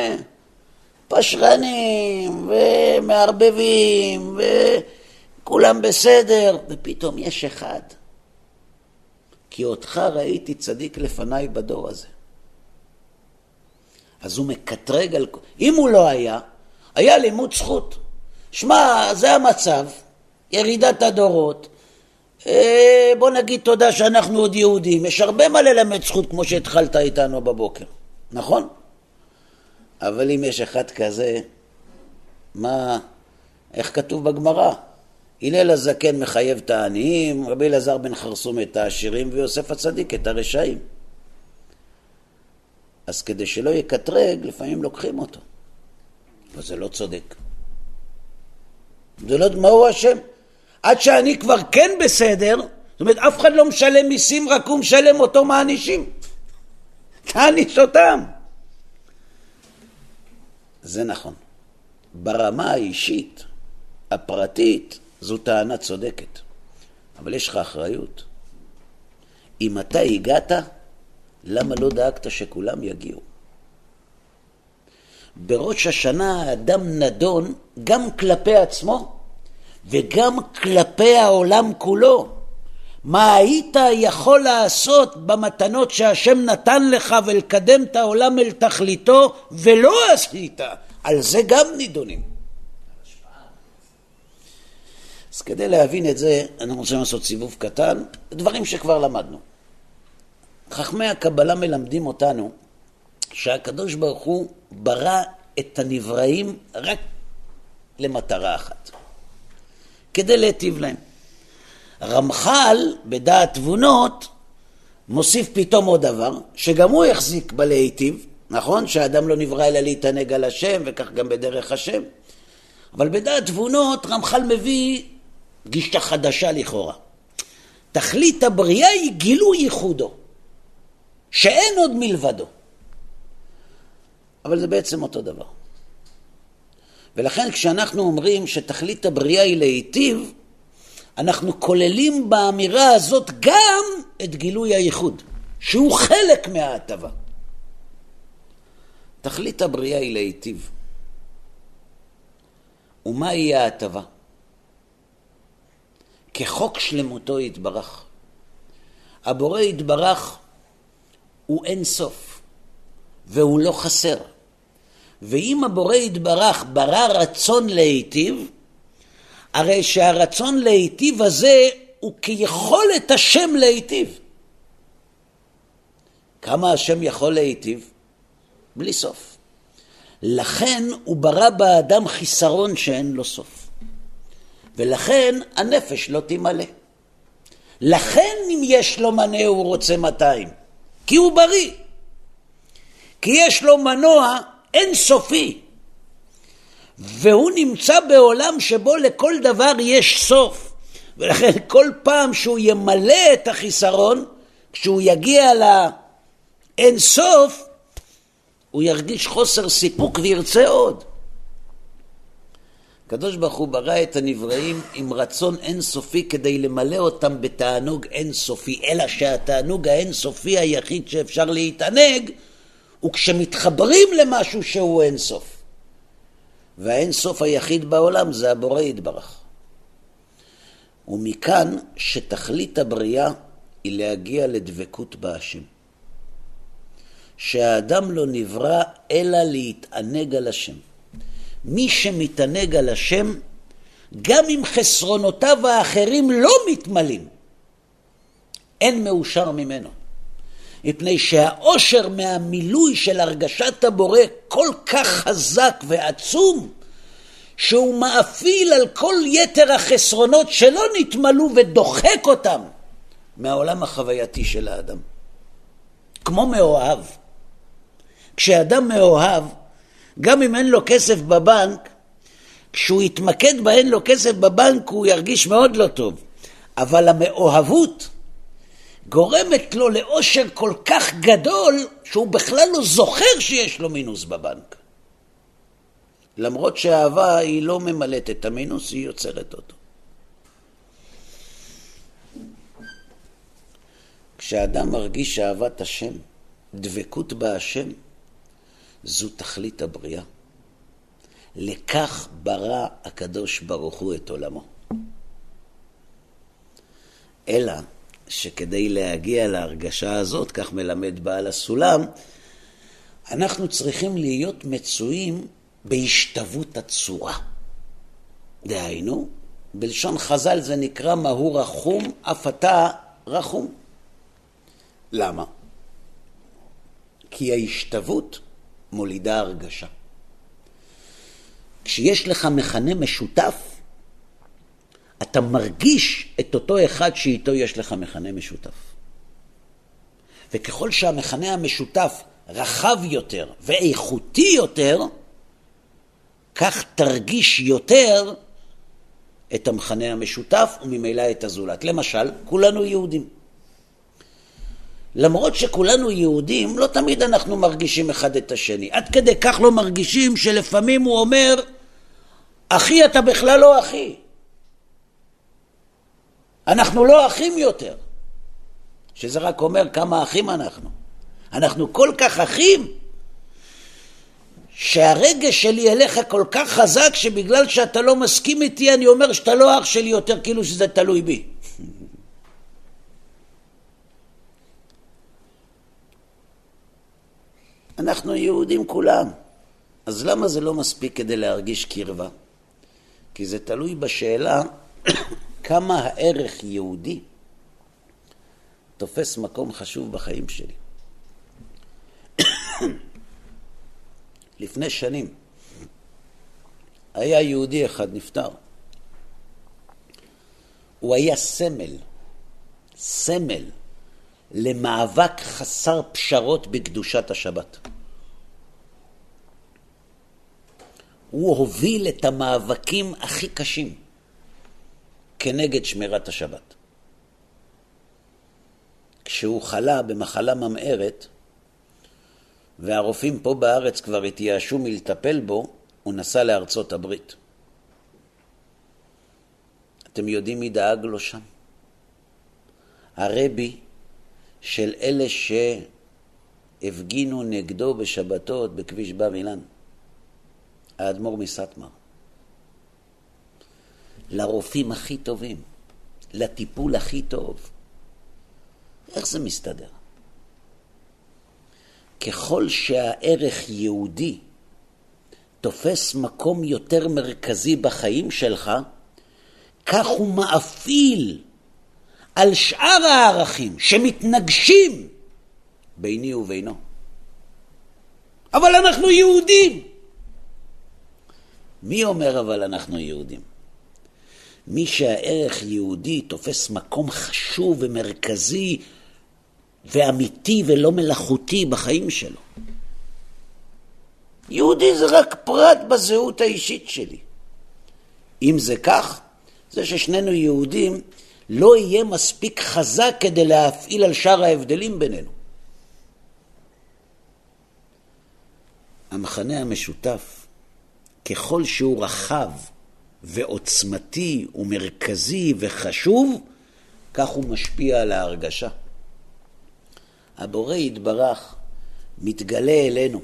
פשרנים ומערבבים וכולם בסדר, ופתאום יש אחד, כי אותך ראיתי צדיק לפניי בדור הזה. אז הוא מקטרג על... אם הוא לא היה לימוד זכות. שמע, זה המצב, ירידת הדורות. בוא נגיד תודה שאנחנו עוד יהודים. יש הרבה מה ללמד זכות כמו שהתחלת איתנו בבוקר. נכון? אבל אם יש אחד כזה, מה... איך כתוב בגמרא? הלל הזקן מחייב את העניים, רבי אלעזר בן חרסום את העשירים, ויוסף הצדיק את הרשעים. אז כדי שלא יקטרג, לפעמים לוקחים אותו. וזה לא צודק. זה לא, מה הוא השם? עד שאני כבר כן בסדר, זאת אומרת, אף אחד לא משלם מיסים, רק הוא משלם אותו מענישים. תעניש אותם. זה נכון. ברמה האישית, הפרטית, זו טענה צודקת. אבל יש לך אחריות. אם אתה הגעת, למה לא דאגת שכולם יגיעו? בראש השנה האדם נדון גם כלפי עצמו וגם כלפי העולם כולו. מה היית יכול לעשות במתנות שהשם נתן לך ולקדם את העולם אל תכליתו ולא עשית? על זה גם נידונים. אז כדי להבין את זה אנחנו רוצים לעשות סיבוב קטן, דברים שכבר למדנו. חכמי הקבלה מלמדים אותנו שהקדוש ברוך הוא ברא את הנבראים רק למטרה אחת, כדי להיטיב להם. רמח"ל בדעת תבונות מוסיף פתאום עוד דבר, שגם הוא יחזיק בלהיטיב, נכון? שהאדם לא נברא אלא להתענג על השם, וכך גם בדרך השם. אבל בדעת תבונות רמח"ל מביא גישה חדשה לכאורה. תכלית הבריאה היא גילוי ייחודו, שאין עוד מלבדו. אבל זה בעצם אותו דבר. ולכן כשאנחנו אומרים שתכלית הבריאה היא להיטיב, אנחנו כוללים באמירה הזאת גם את גילוי הייחוד, שהוא חלק מההטבה. תכלית הבריאה היא להיטיב. ומה היא ההטבה? כחוק שלמותו יתברך. הבורא יתברך הוא אין סוף, והוא לא חסר. ואם הבורא יתברך ברא רצון להיטיב, הרי שהרצון להיטיב הזה הוא כיכולת השם להיטיב. כמה השם יכול להיטיב? בלי סוף. לכן הוא ברא באדם חיסרון שאין לו סוף. ולכן הנפש לא תמלא. לכן אם יש לו מנה הוא רוצה 200. כי הוא בריא. כי יש לו מנוע אין סופי. והוא נמצא בעולם שבו לכל דבר יש סוף. ולכן כל פעם שהוא ימלא את החיסרון, כשהוא יגיע לאין סוף, הוא ירגיש חוסר סיפוק וירצה עוד. הקדוש ברוך הוא ברא את הנבראים עם רצון אינסופי כדי למלא אותם בתענוג אינסופי, אלא שהתענוג האינסופי היחיד שאפשר להתענג הוא כשמתחברים למשהו שהוא אינסוף. והאינסוף היחיד בעולם זה הבורא יתברך. ומכאן שתכלית הבריאה היא להגיע לדבקות בהשם. שהאדם לא נברא אלא להתענג על השם. מי שמתענג על השם, גם אם חסרונותיו האחרים לא מתמלאים, אין מאושר ממנו. מפני שהאושר מהמילוי של הרגשת הבורא כל כך חזק ועצום, שהוא מאפיל על כל יתר החסרונות שלא נתמלאו ודוחק אותם מהעולם החווייתי של האדם. כמו מאוהב. כשאדם מאוהב, גם אם אין לו כסף בבנק, כשהוא יתמקד באין לו כסף בבנק הוא ירגיש מאוד לא טוב. אבל המאוהבות גורמת לו לאושר כל כך גדול שהוא בכלל לא זוכר שיש לו מינוס בבנק. למרות שהאהבה היא לא ממלאת את המינוס, היא יוצרת אותו. כשאדם מרגיש אהבת השם, דבקות בהשם, זו תכלית הבריאה. לכך ברא הקדוש ברוך הוא את עולמו. אלא שכדי להגיע להרגשה הזאת, כך מלמד בעל הסולם, אנחנו צריכים להיות מצויים בהשתוות הצורה. דהיינו, בלשון חז"ל זה נקרא מהו רחום, אף אתה רחום. למה? כי ההשתוות מולידה הרגשה. כשיש לך מכנה משותף, אתה מרגיש את אותו אחד שאיתו יש לך מכנה משותף. וככל שהמכנה המשותף רחב יותר ואיכותי יותר, כך תרגיש יותר את המכנה המשותף וממילא את הזולת. למשל, כולנו יהודים. למרות שכולנו יהודים, לא תמיד אנחנו מרגישים אחד את השני. עד כדי כך לא מרגישים שלפעמים הוא אומר, אחי אתה בכלל לא אחי. אנחנו לא אחים יותר. שזה רק אומר כמה אחים אנחנו. אנחנו כל כך אחים, שהרגש שלי אליך כל כך חזק, שבגלל שאתה לא מסכים איתי, אני אומר שאתה לא אח שלי יותר, כאילו שזה תלוי בי. אנחנו יהודים כולם. אז למה זה לא מספיק כדי להרגיש קרבה? כי זה תלוי בשאלה כמה הערך יהודי תופס מקום חשוב בחיים שלי. לפני שנים היה יהודי אחד נפטר. הוא היה סמל למאבק חסר פשרות בקדושת השבת. הוא הוביל את המאבקים הכי קשים כנגד שמירת השבת. שהוא חלה במחלה ממארת, והרופאים פה בארץ כבר התייאשו מלטפל בו, הוא נסע לארצות הברית. אתם יודעים מי דאג לו שם? הרבי של אלה שהפגינו נגדו בשבתות בכביש בר אילן, האדמו"ר מסטמר. לרופאים הכי טובים, לטיפול הכי טוב. איך זה מסתדר? ככל שהערך יהודי תופס מקום יותר מרכזי בחיים שלך, כך הוא מאפיל על שאר הערכים שמתנגשים ביני ובינו. אבל אנחנו יהודים. מי אומר אבל אנחנו יהודים? מי שהערך יהודי תופס מקום חשוב ומרכזי ואמיתי ולא מלאכותי בחיים שלו. יהודי זה רק פרט בזהות האישית שלי. אם זה כך, זה ששנינו יהודים לא יהיה מספיק חזק כדי להפעיל על שאר ההבדלים בינינו. המחנה המשותף, ככל שהוא רחב ועוצמתי ומרכזי וחשוב, כך הוא משפיע על ההרגשה. הבורא יתברך מתגלה אלינו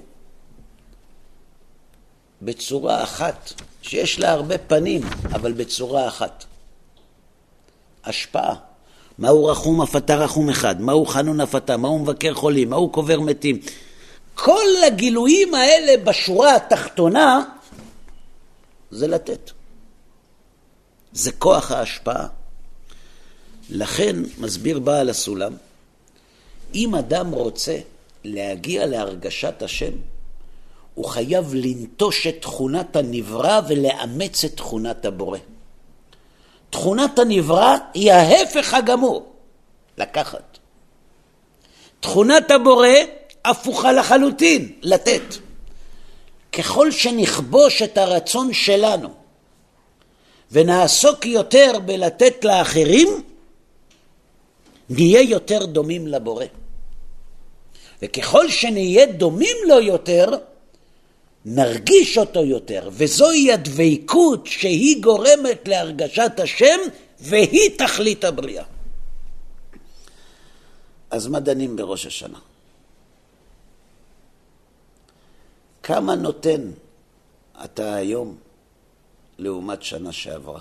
בצורה אחת, שיש לה הרבה פנים, אבל בצורה אחת. השפעה. מהו רחום הפתה רחום אחד? מהו חנון הפתה? מהו מבקר חולים? מהו קובר מתים? כל הגילויים האלה בשורה התחתונה זה לתת. זה כוח ההשפעה. לכן מסביר בעל הסולם, אם אדם רוצה להגיע להרגשת השם, הוא חייב לנטוש את תכונת הנברא ולאמץ את תכונת הבורא. תכונת הנברא היא ההפך הגמור, לקחת. תכונת הבורא הפוכה לחלוטין, לתת. ככל שנכבוש את הרצון שלנו ונעסוק יותר בלתת לאחרים, נהיה יותר דומים לבורא. וככל שנהיה דומים לו יותר, נרגיש אותו יותר, וזוהי הדבקות שהיא גורמת להרגשת השם, והיא תכלית הבריאה. אז מה דנים בראש השנה? כמה נותן אתה היום לעומת שנה שעברה?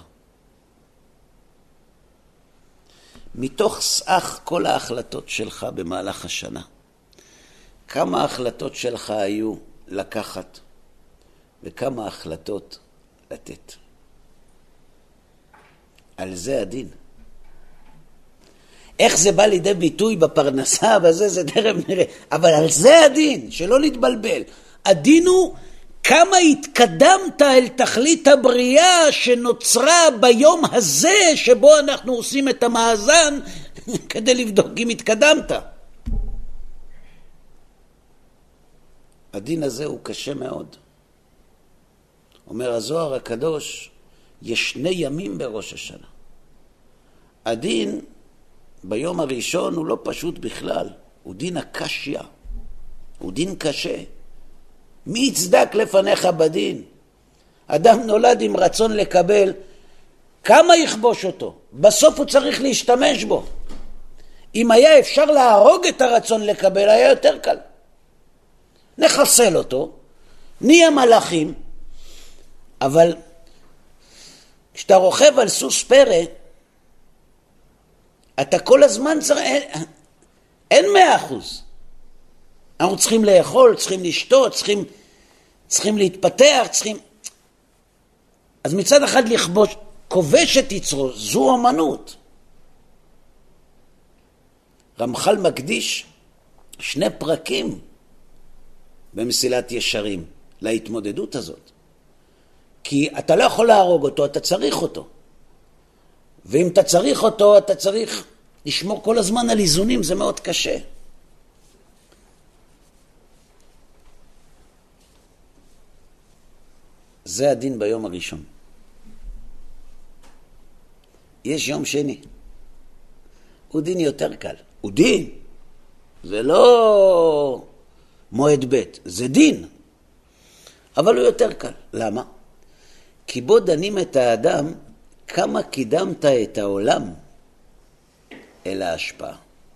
מתוך סך כל ההחלטות שלך במהלך השנה, כמה החלטות שלך היו לקחת וכמה החלטות לתת? על זה הדין. איך זה בא לידי ביטוי בפרנסה וזה, זה דרם נראה. אבל על זה הדין, שלא נתבלבל. הדין הוא כמה התקדמת אל תכלית הבריאה שנוצרה ביום הזה שבו אנחנו עושים את המאזן כדי לבדוק אם התקדמת. הדין הזה הוא קשה מאוד. אומר הזוהר הקדוש, יש 2 ימים בראש השנה. הדין ביום הראשון הוא לא פשוט בכלל, הוא דין הקשיא, הוא דין קשה. מי יצדק לפניך בדין? אדם נולד עם רצון לקבל, כמה יכבוש אותו? בסוף הוא צריך להשתמש בו. אם היה אפשר להרוג את הרצון לקבל, היה יותר קל. נחסל אותו, נהיה מלאכים, אבל כשאתה רוכב על סוס פרא, אתה כל הזמן צריך, אין 100%. אנחנו צריכים לאכול, צריכים לשתות, צריכים להתפתח, אז מצד אחד לכבוש, כובש את יצרו, זו אומנות. רמח"ל מקדיש 2 פרקים במסילת ישרים להתמודדות הזאת. כי אתה לא יכול להרוג אותו, אתה צריך אותו. ואם אתה צריך אותו, אתה צריך לשמור כל הזמן על איזונים, זה מאוד קשה. זה הדין ביום הראשון. יש יום שני. הוא דין יותר קל. הוא דין, זה לא מועד ב', זה דין. אבל הוא יותר קל. למה? כי בו דנים את האדם כמה קידמת את העולם אל ההשפעה.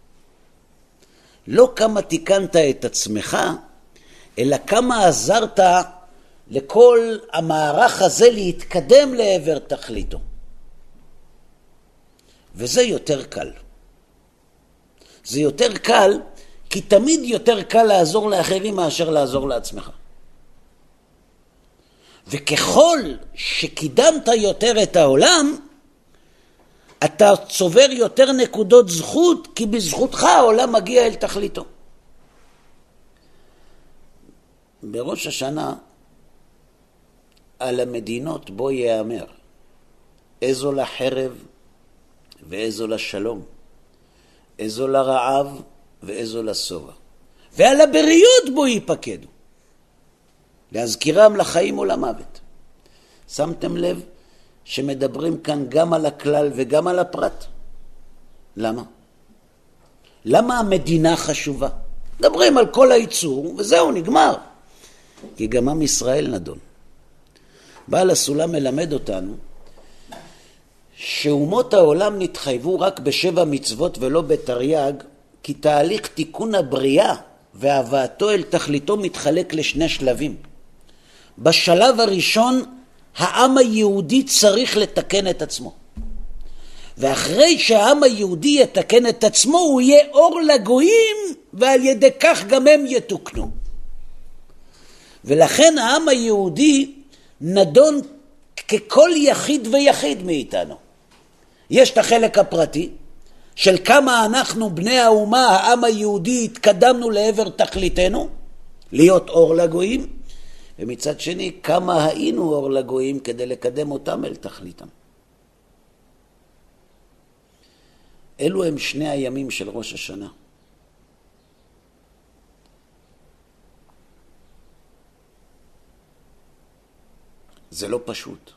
לא כמה תיקנת את עצמך, אלא כמה עזרת לכל המערך הזה להתקדם לעבר תכליתו. וזה יותר קל. זה יותר קל, כי תמיד יותר קל לעזור לאחרים מאשר לעזור לעצמך. וככל שקידמת יותר את העולם, אתה צובר יותר נקודות זכות, כי בזכותך העולם מגיע אל תכליתו. בראש השנה, על המדינות בו יאמר, איזו לחרב ואיזו לשלום, איזו לרעב ואיזו לשובע, ועל הבריות בו ייפקדו, להזכירם לחיים ולמוות. שמתם לב שמדברים כאן גם על הכלל וגם על הפרט? למה? למה המדינה חשובה? מדברים על כל הייצור וזהו, נגמר. כי גם עם ישראל נדון. בעל הסולם מלמד אותנו שאומות העולם נתחייבו רק ב7 מצוות ולא בתרי"ג, כי תהליך תיקון הבריאה והבאתו אל תכליתו מתחלק לשני שלבים. בשלב הראשון העם היהודי צריך לתקן את עצמו. ואחרי שהעם היהודי יתקן את עצמו, הוא יהיה אור לגויים, ועל ידי כך גם הם יתוקנו. ולכן העם היהודי נדון ככל יחיד ויחיד מאיתנו. יש את החלק הפרטי, של כמה אנחנו בני האומה, העם היהודי, התקדמנו לעבר תכליתנו, להיות אור לגויים, ומצד שני, כמה היינו אור לגויים כדי לקדם אותם אל תכליתם. אלו הם שני הימים של ראש השנה. זה לא פשוט.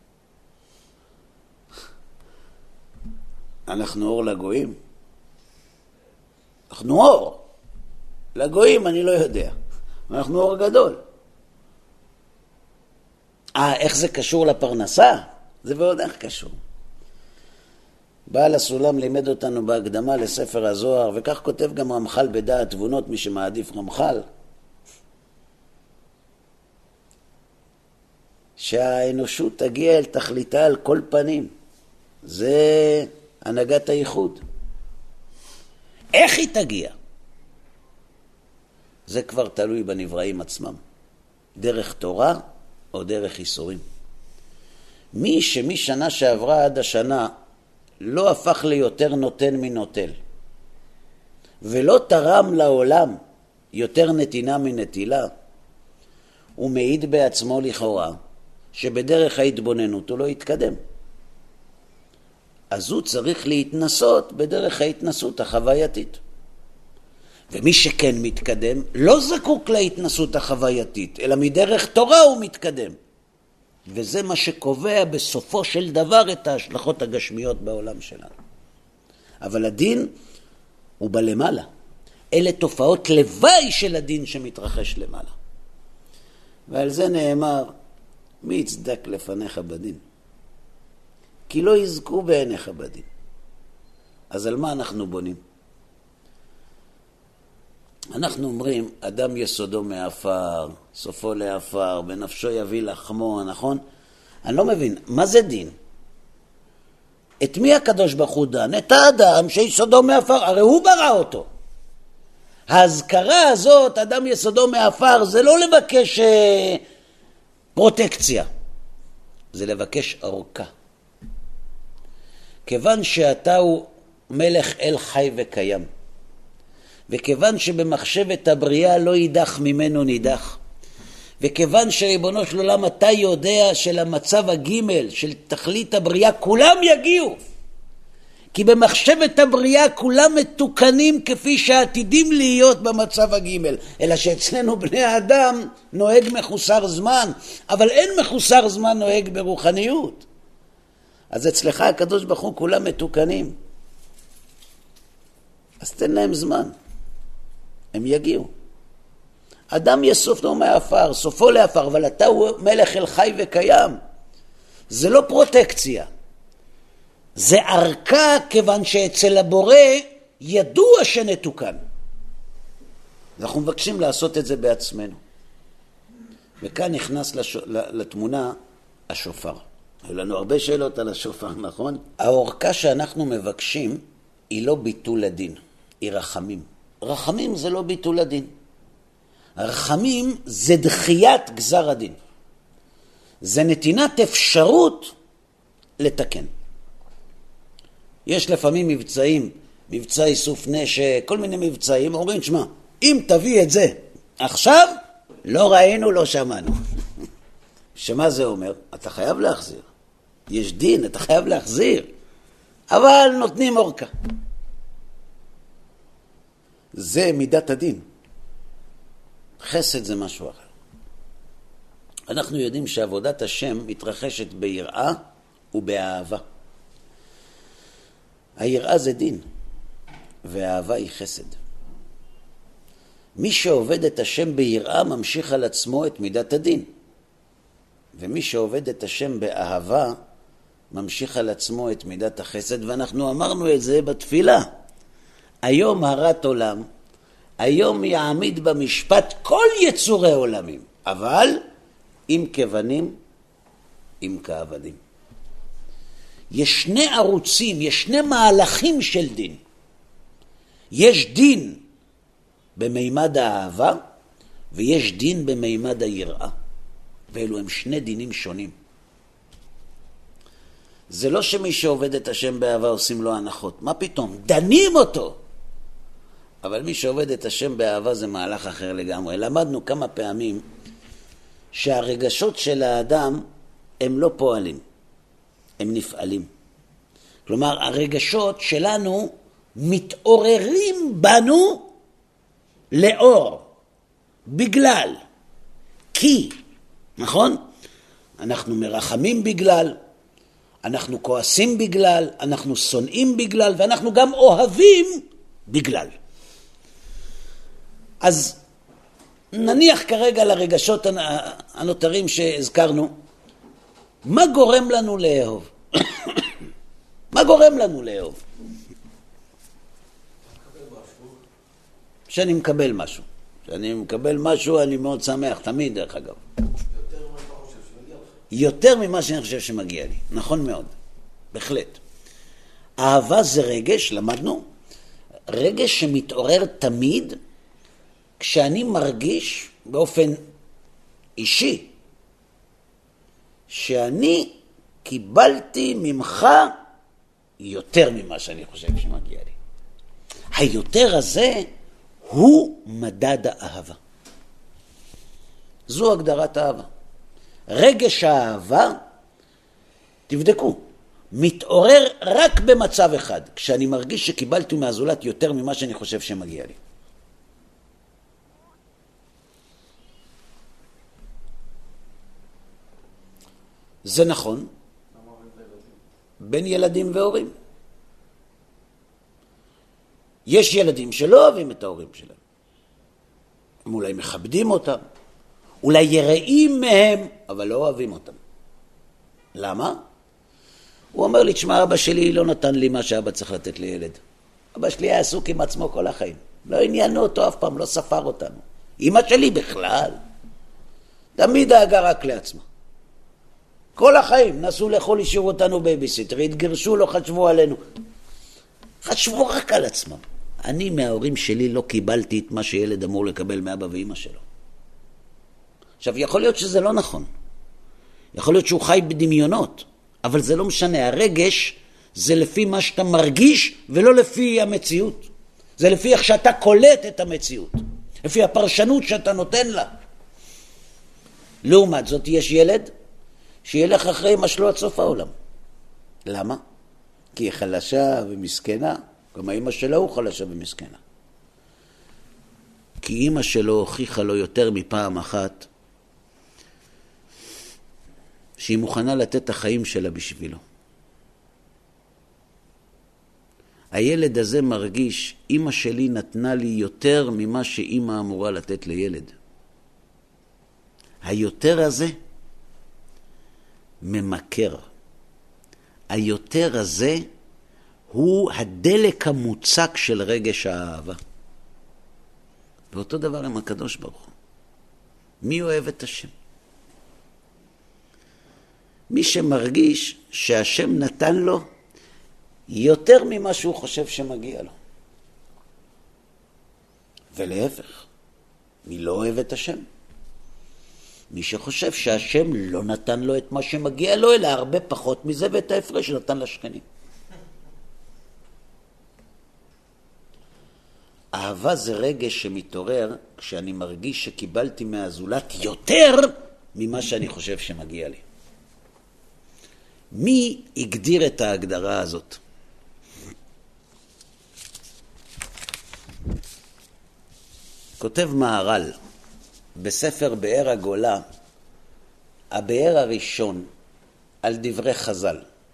אנחנו אור לגויים. אנחנו אור. לגויים אני לא יודע. אנחנו אור גדול. איך זה קשור לפרנסה? זה ועוד איך קשור. בעל הסולם לימד אותנו בהקדמה לספר הזוהר, וכך כותב גם רמח"ל בדעת תבונות, מי שמעדיף רמח"ל, שהאנושות תגיע אל תכליתה על כל פנים. זה הנהגת הייחוד. איך היא תגיע? זה כבר תלוי בנבראים עצמם. דרך תורה או דרך איסורים. מי שמשנה שעברה עד השנה לא הפך ליותר נותן מנוטל, ולא תרם לעולם יותר נתינה מנטילה, הוא מעיד בעצמו לכאורה שבדרך ההתבוננות הוא לא יתקדם. אז הוא צריך להתנסות בדרך ההתנסות החווייתית. ומי שכן מתקדם לא זקוק להתנסות החווייתית, אלא מדרך תורה הוא מתקדם. וזה מה שקובע בסופו של דבר את ההשלכות הגשמיות בעולם שלנו. אבל הדין הוא בלמעלה. אלה תופעות לוואי של הדין שמתרחש למעלה. ועל זה נאמר, מי יצדק לפניך בדין? כי לא יזכו בעיניך בדין. אז על מה אנחנו בונים? אנחנו אומרים, אדם יסודו מעפר, סופו לעפר, בנפשו יביא לחמו, נכון? אני לא מבין, מה זה דין? את מי הקדוש ברוך הוא דן? את האדם שיסודו מעפר, הרי הוא ברא אותו. ההזכרה הזאת, אדם יסודו מעפר, זה לא לבקש פרוטקציה, זה לבקש אורכה. כיוון שאתה הוא מלך אל חי וקיים, וכיוון שבמחשבת הבריאה לא יידח ממנו נידח, וכיוון שריבונו של עולם אתה יודע שלמצב הגימל של תכלית הבריאה כולם יגיעו, כי במחשבת הבריאה כולם מתוקנים כפי שעתידים להיות במצב הגימל, אלא שאצלנו בני האדם נוהג מחוסר זמן, אבל אין מחוסר זמן נוהג ברוחניות. אז אצלך הקדוש ברוך הוא כולם מתוקנים, אז תן להם זמן. הם יגיעו. אדם יסופנו מהעפר, סופו לעפר, אבל אתה הוא מלך אל חי וקיים. זה לא פרוטקציה. זה ערכה כיוון שאצל הבורא ידוע שנתוקן. אנחנו מבקשים לעשות את זה בעצמנו. וכאן נכנס לתמונה השופר. היו לנו הרבה שאלות על השופר, נכון? האורכה שאנחנו מבקשים היא לא ביטול הדין, היא רחמים. רחמים זה לא ביטול הדין. הרחמים זה דחיית גזר הדין. זה נתינת אפשרות לתקן. יש לפעמים מבצעים, מבצע איסוף נשק, כל מיני מבצעים, אומרים, שמה, אם תביא את זה עכשיו, לא ראינו, לא שמענו. שמה זה אומר? אתה חייב להחזיר. יש דין, אתה חייב להחזיר. אבל נותנים אורכה. זה מידת הדין. חסד זה משהו אחר. אנחנו יודעים שעבודת השם מתרחשת ביראה ובאהבה. היראה זה דין, והאהבה היא חסד. מי שעובד את השם ביראה ממשיך על עצמו את מידת הדין. ומי שעובד את השם באהבה ממשיך על עצמו את מידת החסד, ואנחנו אמרנו את זה בתפילה. היום הרת עולם, היום יעמיד במשפט כל יצורי עולמים, אבל אם כבנים, אם כעבדים. יש שני ערוצים, יש שני מהלכים של דין. יש דין במימד האהבה, ויש דין במימד היראה. ואלו הם שני דינים שונים. זה לא שמי שעובד את השם באהבה עושים לו הנחות. מה פתאום? דנים אותו. אבל מי שעובד את השם באהבה זה מהלך אחר לגמרי. למדנו כמה פעמים שהרגשות של האדם הם לא פועלים, הם נפעלים. כלומר, הרגשות שלנו מתעוררים בנו לאור, בגלל, כי, נכון? אנחנו מרחמים בגלל, אנחנו כועסים בגלל, אנחנו שונאים בגלל, ואנחנו גם אוהבים בגלל. אז נניח כרגע לרגשות הנותרים שהזכרנו, מה גורם לנו לאהוב? מה גורם לנו לאהוב? שאני מקבל משהו. כשאני מקבל משהו אני מאוד שמח, תמיד דרך אגב. יותר ממה שאני חושב שמגיע לי. נכון מאוד, בהחלט. אהבה זה רגש, למדנו, רגש שמתעורר תמיד כשאני מרגיש באופן אישי שאני קיבלתי ממך יותר ממה שאני חושב שמגיע לי. היותר הזה הוא מדד האהבה. זו הגדרת האהבה. רגש האהבה, תבדקו, מתעורר רק במצב אחד, כשאני מרגיש שקיבלתי מהזולת יותר ממה שאני חושב שמגיע לי. זה נכון בין ילדים והורים. יש ילדים שלא אוהבים את ההורים שלהם. הם אולי מכבדים אותם, אולי יראים מהם, אבל לא אוהבים אותם. למה? הוא אומר לי, תשמע, אבא שלי לא נתן לי מה שאבא צריך לתת לילד. אבא שלי היה עסוק עם עצמו כל החיים. לא עניינו אותו אף פעם, לא ספר אותנו. אמא שלי בכלל. תמיד דאגה רק לעצמה. כל החיים נסו לאכול, השאירו אותנו בייביסיטר, התגרשו, לא חשבו עלינו. חשבו רק על עצמם. אני מההורים שלי לא קיבלתי את מה שילד אמור לקבל מאבא ואמא שלו. עכשיו, יכול להיות שזה לא נכון. יכול להיות שהוא חי בדמיונות, אבל זה לא משנה. הרגש זה לפי מה שאתה מרגיש ולא לפי המציאות. זה לפי איך שאתה קולט את המציאות. לפי הפרשנות שאתה נותן לה. לעומת זאת, יש ילד שילך אחרי אמא שלו עד סוף העולם. למה? כי היא חלשה ומסכנה. גם האמא שלו הוא חלשה ומסכנה. כי אמא שלו הוכיחה לו יותר מפעם אחת שהיא מוכנה לתת את החיים שלה בשבילו. הילד הזה מרגיש, אמא שלי נתנה לי יותר ממה שאמא אמורה לתת לילד. היותר הזה ממכר. היותר הזה הוא הדלק המוצק של רגש האהבה. ואותו דבר עם הקדוש ברוך הוא. מי אוהב את השם? מי שמרגיש שהשם נתן לו יותר ממה שהוא חושב שמגיע לו. ולהפך, מי לא אוהב את השם? מי שחושב שהשם לא נתן לו את מה שמגיע לו, אלא הרבה פחות מזה, ואת ההפרש נתן לשכנים. אהבה זה רגש שמתעורר כשאני מרגיש שקיבלתי מהזולת יותר ממה שאני חושב שמגיע לי. מי הגדיר את ההגדרה הזאת? כותב מהר"ל בספר באר הגולה, הבאר הראשון, על דברי חז"ל.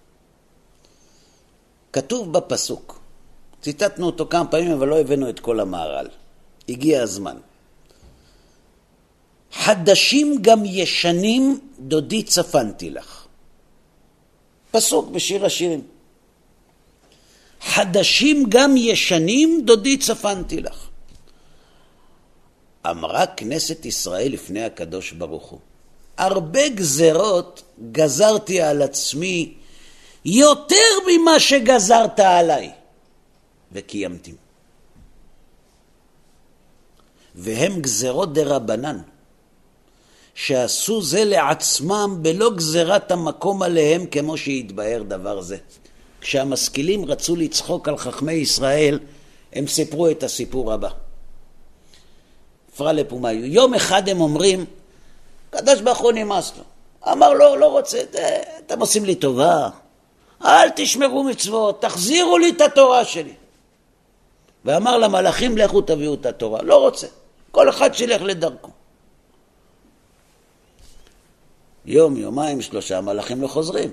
כתוב בפסוק, ציטטנו אותו כמה פעמים אבל לא הבאנו את כל המהר"ל. הגיע הזמן. חדשים גם ישנים דודי צפנתי לך. פסוק בשיר השירים. חדשים גם ישנים דודי צפנתי לך. אמרה כנסת ישראל לפני הקדוש ברוך הוא, הרבה גזרות גזרתי על עצמי יותר ממה שגזרת עליי, וקיימתי. והם גזרות דרבנן, שעשו זה לעצמם בלא גזרת המקום עליהם, כמו שהתבהר דבר זה. כשהמשכילים רצו לצחוק על חכמי ישראל, הם סיפרו את הסיפור הבא. פרלה פומיו. יום אחד הם אומרים, קדוש ברוך הוא נמאס לו. אמר לו, לא רוצה, אתם עושים לי טובה, אל תשמרו מצוות, תחזירו לי את התורה שלי. ואמר למלאכים, לכו תביאו את התורה. לא רוצה, כל אחד שילך לדרכו. יום, יומיים, 3 המלאכים לא חוזרים.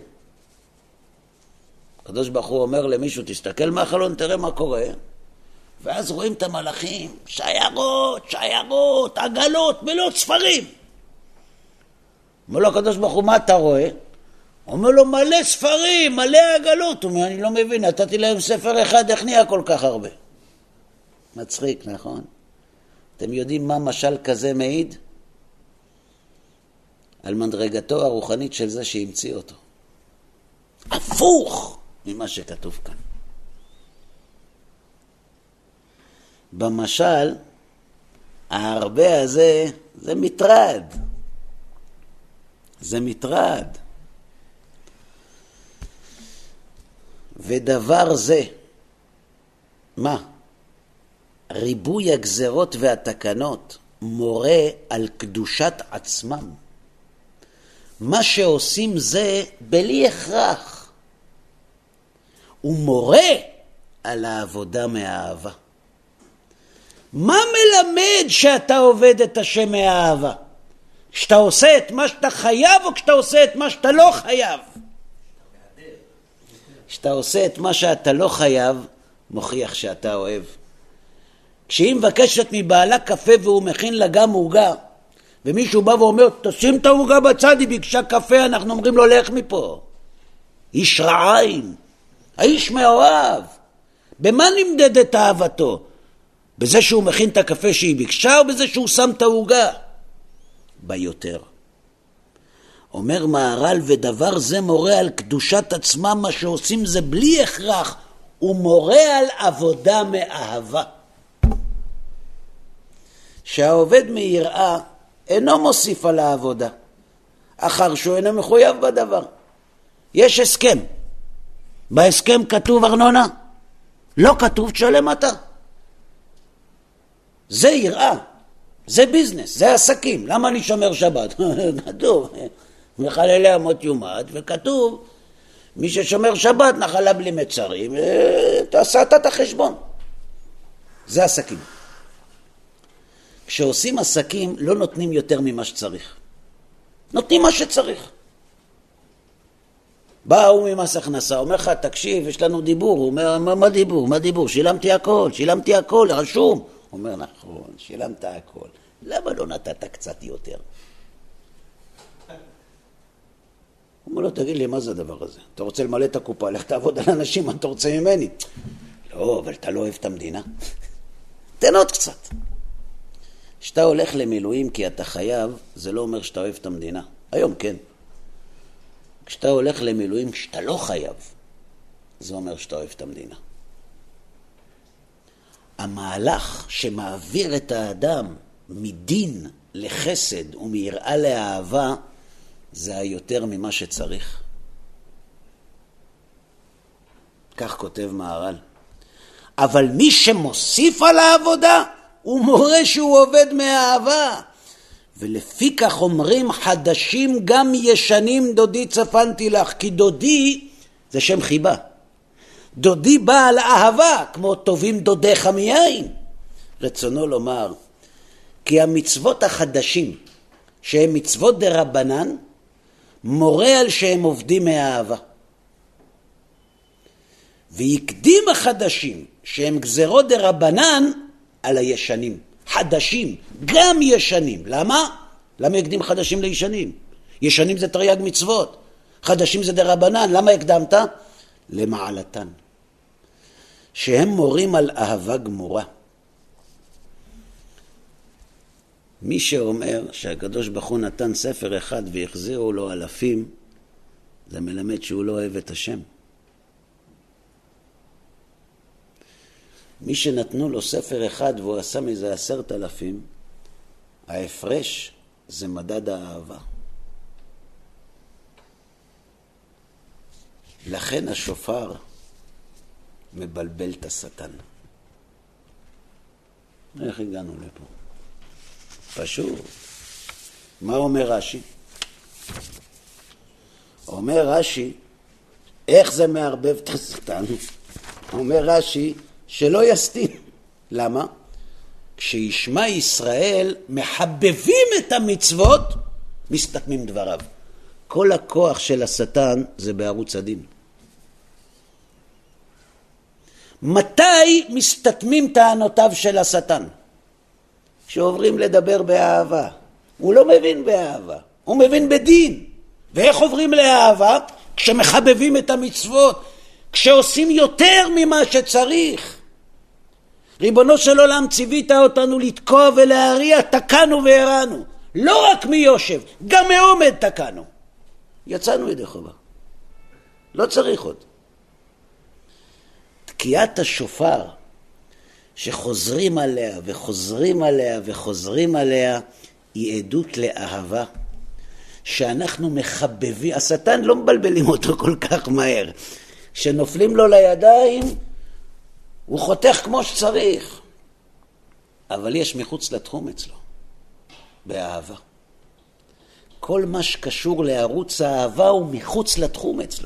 הקדוש ברוך הוא אומר למישהו, תסתכל מהחלון, תראה מה קורה. ואז רואים את המלאכים, שיירות, עגלות, מלאות ספרים. אומר לו הקדוש ברוך הוא, מה אתה רואה? אומר לו, מלא ספרים, מלא עגלות. הוא אומר, אני לא מבין, נתתי להם ספר אחד, איך נהיה כל כך הרבה? מצחיק, נכון? אתם יודעים מה משל כזה מעיד? על מדרגתו הרוחנית של זה שהמציא אותו. הפוך ממה שכתוב כאן. במשל, הרבה הזה, זה מטרד. זה מטרד. ודבר זה, מה? ריבוי הגזרות והתקנות מורה על קדושת עצמם. מה שעושים זה בלי הכרח. הוא מורה על העבודה מהאהבה. מה מלמד שאתה עובד את השם מהאהבה? כשאתה עושה את מה שאתה חייב או כשאתה עושה את מה שאתה לא חייב? כשאתה עושה את מה שאתה לא חייב, מוכיח שאתה אוהב. כשהיא מבקשת מבעלה קפה והוא מכין לה גם עוגה, ומישהו בא ואומר, תשים את העוגה בצד, היא ביקשה קפה, אנחנו אומרים לו, לך מפה. איש רעיים, האיש מאוהב. במה נמדדת אהבתו? בזה שהוא מכין את הקפה שהיא ביקשה, או בזה שהוא שם את העוגה? ביותר. אומר מהר"ל, ודבר זה מורה על קדושת עצמם, מה שעושים זה בלי הכרח, הוא מורה על עבודה מאהבה. שהעובד מיראה אינו מוסיף על העבודה, אחר שהוא אינו מחויב בדבר. יש הסכם. בהסכם כתוב ארנונה? לא כתוב, תשלם אתה. זה יראה, זה ביזנס, זה עסקים. למה אני שומר שבת? כתוב, מחללי אמות יומת, וכתוב, מי ששומר שבת נחלה בלי מצרים, תעשה את החשבון. זה עסקים. כשעושים עסקים לא נותנים יותר ממה שצריך. נותנים מה שצריך. בא הוא ממס הכנסה, אומר לך, תקשיב, יש לנו דיבור. הוא אומר, מה דיבור? שילמתי הכל, רשום. הוא אומר, נכון, שילמת הכל. למה לא נתת קצת יותר? הוא אומר לו, תגיד לי, מה זה הדבר הזה? אתה רוצה למלא את הקופה, לך תעבוד על אנשים, מה אתה רוצה ממני? לא, אבל אתה לא אוהב את המדינה. תן עוד קצת. כשאתה הולך למילואים כי אתה חייב, זה לא אומר שאתה אוהב את המדינה. היום כן. כשאתה הולך למילואים כשאתה לא חייב, זה אומר שאתה אוהב את המדינה. המהלך שמעביר את האדם מדין לחסד ומיראה לאהבה, זה היותר ממה שצריך. כך כותב מהר"ל. אבל מי שמוסיף על העבודה, הוא מורה שהוא עובד מאהבה. ולפי כך אומרים חדשים גם ישנים דודי צפנתי לך, כי דודי זה שם חיבה. דודי בא על אהבה, כמו טובים דודיך מיין. רצונו לומר, כי המצוות החדשים, שהם מצוות דרבנן, מורה על שהם עובדים מאהבה. ויקדים החדשים, שהם גזרות דרבנן, על הישנים. חדשים, גם ישנים. למה? למה יקדים חדשים לישנים? ישנים זה תרי"ג מצוות. חדשים זה דרבנן. למה הקדמת? למעלתן. שהם מורים על אהבה גמורה. מי שאומר שהקדוש ברוך הוא נתן ספר אחד והחזירו לו אלפים, זה מלמד שהוא לא אוהב את השם. מי שנתנו לו ספר אחד והוא עשה מזה 10,000, ההפרש זה מדד האהבה. לכן השופר מבלבל את השטן. איך הגענו לפה? פשוט. מה אומר רש"י? אומר רש"י, איך זה מערבב את השטן? אומר רש"י, שלא יסתים. למה? כשישמע ישראל מחבבים את המצוות, מסתתמים דבריו. כל הכוח של השטן זה בערוץ הדין. מתי מסתתמים טענותיו של השטן? כשעוברים לדבר באהבה. הוא לא מבין באהבה, הוא מבין בדין. ואיך עוברים לאהבה? כשמחבבים את המצוות, כשעושים יותר ממה שצריך. ריבונו של עולם, ציווית אותנו לתקוע ולהריע, תקענו והרענו. לא רק מיושב, גם מעומד תקענו. יצאנו ידי חובה. לא צריך עוד. תקיעת השופר, שחוזרים עליה וחוזרים עליה וחוזרים עליה, היא עדות לאהבה. שאנחנו מחבבים, השטן לא מבלבלים אותו כל כך מהר. כשנופלים לו לידיים, הוא חותך כמו שצריך. אבל יש מחוץ לתחום אצלו, באהבה. כל מה שקשור לערוץ האהבה הוא מחוץ לתחום אצלו.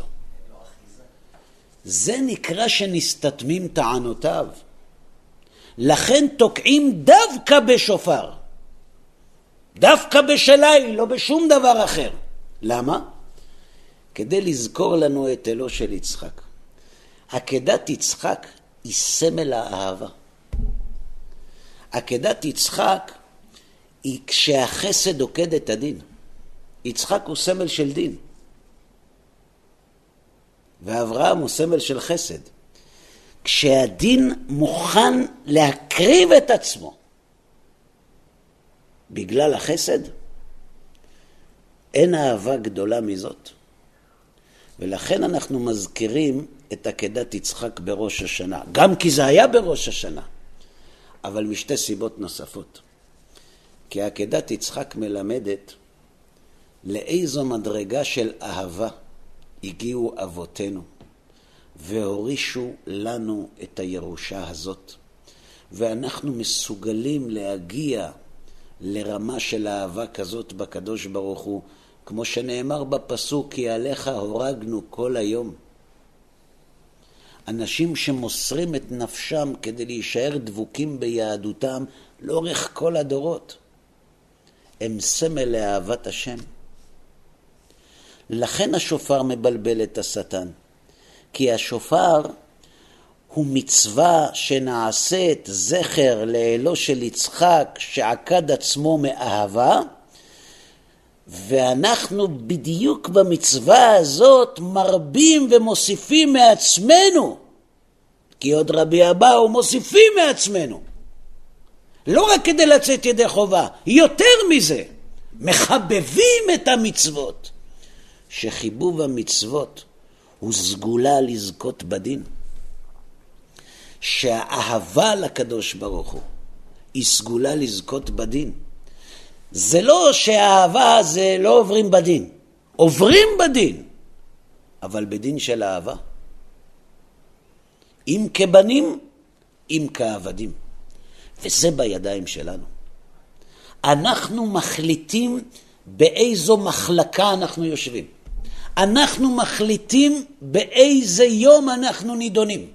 זה נקרא שנסתתמים טענותיו. לכן תוקעים דווקא בשופר. דווקא בשלי, לא בשום דבר אחר. למה? כדי לזכור לנו את אלו של יצחק. עקדת יצחק היא סמל האהבה. עקדת יצחק היא כשהחסד עוקד את הדין. יצחק הוא סמל של דין. ואברהם הוא סמל של חסד. כשהדין מוכן להקריב את עצמו בגלל החסד, אין אהבה גדולה מזאת. ולכן אנחנו מזכירים את עקדת יצחק בראש השנה. גם כי זה היה בראש השנה, אבל משתי סיבות נוספות. כי עקדת יצחק מלמדת לאיזו מדרגה של אהבה הגיעו אבותינו והורישו לנו את הירושה הזאת. ואנחנו מסוגלים להגיע לרמה של אהבה כזאת בקדוש ברוך הוא, כמו שנאמר בפסוק, כי עליך הורגנו כל היום. אנשים שמוסרים את נפשם כדי להישאר דבוקים ביהדותם לאורך כל הדורות, הם סמל לאהבת השם. לכן השופר מבלבל את השטן, כי השופר הוא מצווה שנעשית זכר לאלו של יצחק שעקד עצמו מאהבה, ואנחנו בדיוק במצווה הזאת מרבים ומוסיפים מעצמנו, כי עוד רבי אבאו מוסיפים מעצמנו, לא רק כדי לצאת ידי חובה, יותר מזה, מחבבים את המצוות, שחיבוב המצוות הוא סגולה לזכות בדין, שהאהבה לקדוש ברוך הוא היא סגולה לזכות בדין. זה לא שהאהבה זה לא עוברים בדין, עוברים בדין, אבל בדין של אהבה. אם כבנים, אם כעבדים. וזה בידיים שלנו. אנחנו מחליטים באיזו מחלקה אנחנו יושבים. אנחנו מחליטים באיזה יום אנחנו נידונים.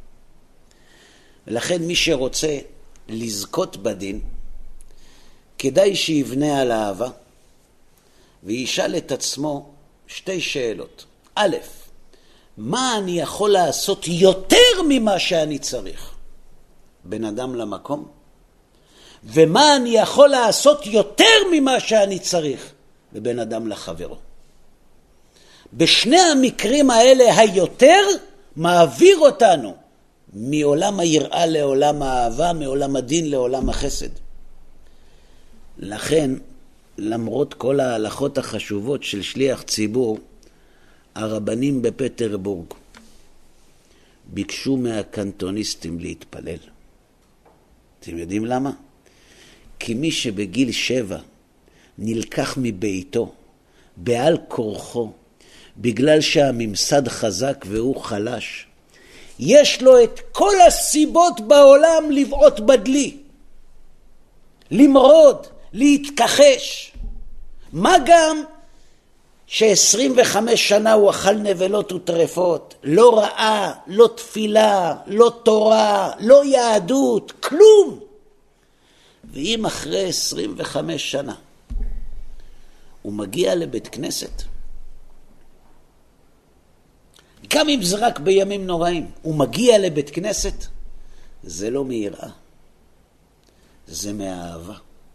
ולכן מי שרוצה לזכות בדין, כדאי שיבנה על אהבה, וישאל את עצמו שתי שאלות. א', מה אני יכול לעשות יותר ממה שאני צריך? בין אדם למקום. ומה אני יכול לעשות יותר ממה שאני צריך? ובין אדם לחברו. בשני המקרים האלה היותר מעביר אותנו מעולם היראה לעולם האהבה, מעולם הדין לעולם החסד. לכן, למרות כל ההלכות החשובות של שליח ציבור, הרבנים בפטרבורג ביקשו מהקנטוניסטים להתפלל. אתם יודעים למה? כי מי שבגיל 7 נלקח מביתו בעל כורחו, בגלל שהממסד חזק והוא חלש, יש לו את כל הסיבות בעולם לבעוט בדלי, למרוד, להתכחש. מה גם ש25 שנה הוא אכל נבלות וטרפות, לא ראה, לא תפילה, לא תורה, לא יהדות, כלום. ואם אחרי 25 שנה הוא מגיע לבית כנסת, גם אם זה רק בימים נוראים, הוא מגיע לבית כנסת, זה לא מיראה, זה מהאהבה.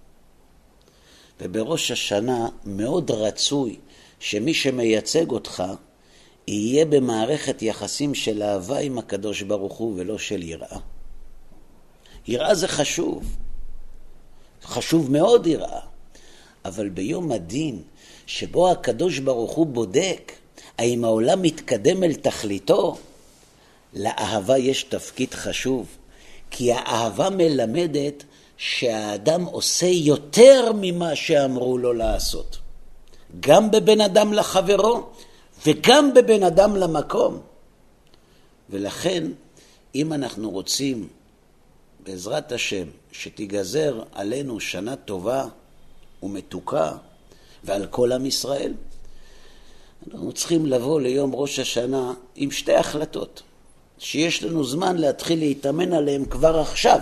ובראש השנה מאוד רצוי שמי שמייצג אותך יהיה במערכת יחסים של אהבה עם הקדוש ברוך הוא ולא של יראה. יראה זה חשוב, חשוב מאוד יראה, אבל ביום הדין שבו הקדוש ברוך הוא בודק האם העולם מתקדם אל תכליתו, לאהבה יש תפקיד חשוב, כי האהבה מלמדת שהאדם עושה יותר ממה שאמרו לו לעשות, גם בבין אדם לחברו וגם בבין אדם למקום. ולכן אם אנחנו רוצים בעזרת השם שתיגזר עלינו שנה טובה ומתוקה ועל כל עם ישראל, אנחנו צריכים לבוא ליום ראש השנה עם שתי החלטות שיש לנו זמן להתחיל להתאמן עליהן כבר עכשיו.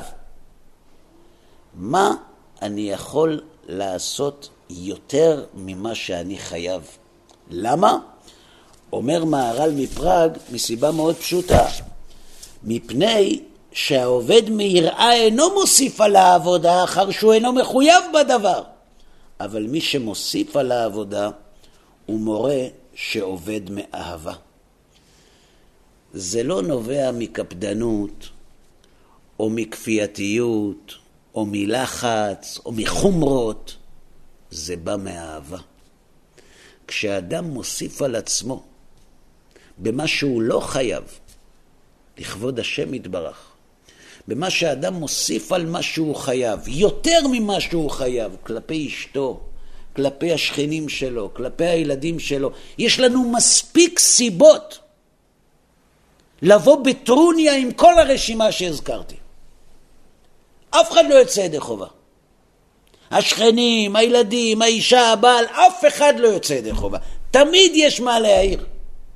מה אני יכול לעשות יותר ממה שאני חייב? למה? אומר מהר"ל מפראג, מסיבה מאוד פשוטה. מפני שהעובד מיראה אינו מוסיף על העבודה אחר שהוא אינו מחויב בדבר. אבל מי שמוסיף על העבודה הוא מורה שעובד מאהבה. זה לא נובע מקפדנות או מכפייתיות או מלחץ או מחומרות, זה בא מאהבה. כשאדם מוסיף על עצמו במה שהוא לא חייב, לכבוד השם יתברך, במה שאדם מוסיף על מה שהוא חייב, יותר ממה שהוא חייב, כלפי אשתו, כלפי השכנים שלו, כלפי הילדים שלו, יש לנו מספיק סיבות לבוא בטרוניה עם כל הרשימה שהזכרתי. אף אחד לא יוצא ידי חובה. השכנים, הילדים, האישה, הבעל, אף אחד לא יוצא ידי חובה. תמיד יש מה להעיר.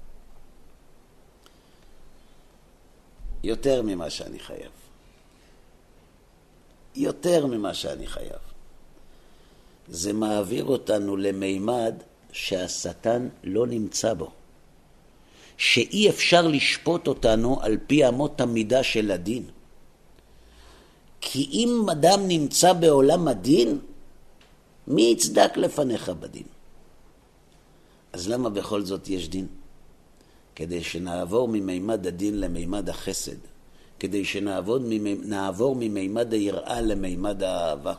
יותר ממה שאני חייב. יותר ממה שאני חייב. זה מעביר אותנו למימד שהשטן לא נמצא בו. שאי אפשר לשפוט אותנו על פי אמות המידה של הדין. כי אם אדם נמצא בעולם הדין, מי יצדק לפניך בדין? אז למה בכל זאת יש דין? כדי שנעבור ממימד הדין למימד החסד. כדי שנעבור ממימד היראה למימד האהבה.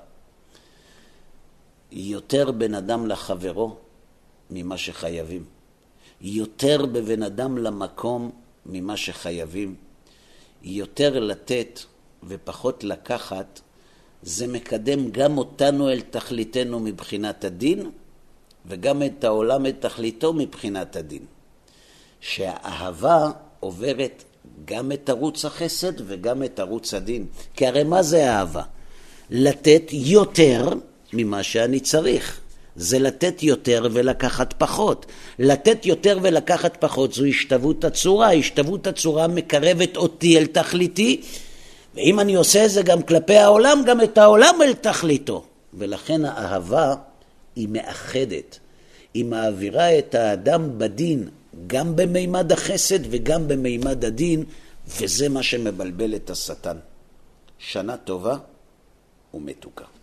יותר בן אדם לחברו ממה שחייבים. יותר בבן אדם למקום ממה שחייבים. יותר לתת ופחות לקחת, זה מקדם גם אותנו אל תכליתנו מבחינת הדין, וגם את העולם את תכליתו מבחינת הדין. שהאהבה עוברת גם את ערוץ החסד וגם את ערוץ הדין. כי הרי מה זה אהבה? לתת יותר ממה שאני צריך. זה לתת יותר ולקחת פחות. לתת יותר ולקחת פחות זו השתוות הצורה. השתוות הצורה מקרבת אותי אל תכליתי, ואם אני עושה את זה גם כלפי העולם, גם את העולם אל תכליתו. ולכן האהבה היא מאחדת. היא מעבירה את האדם בדין, גם במימד החסד וגם במימד הדין, וזה מה שמבלבל את השטן. שנה טובה ומתוקה.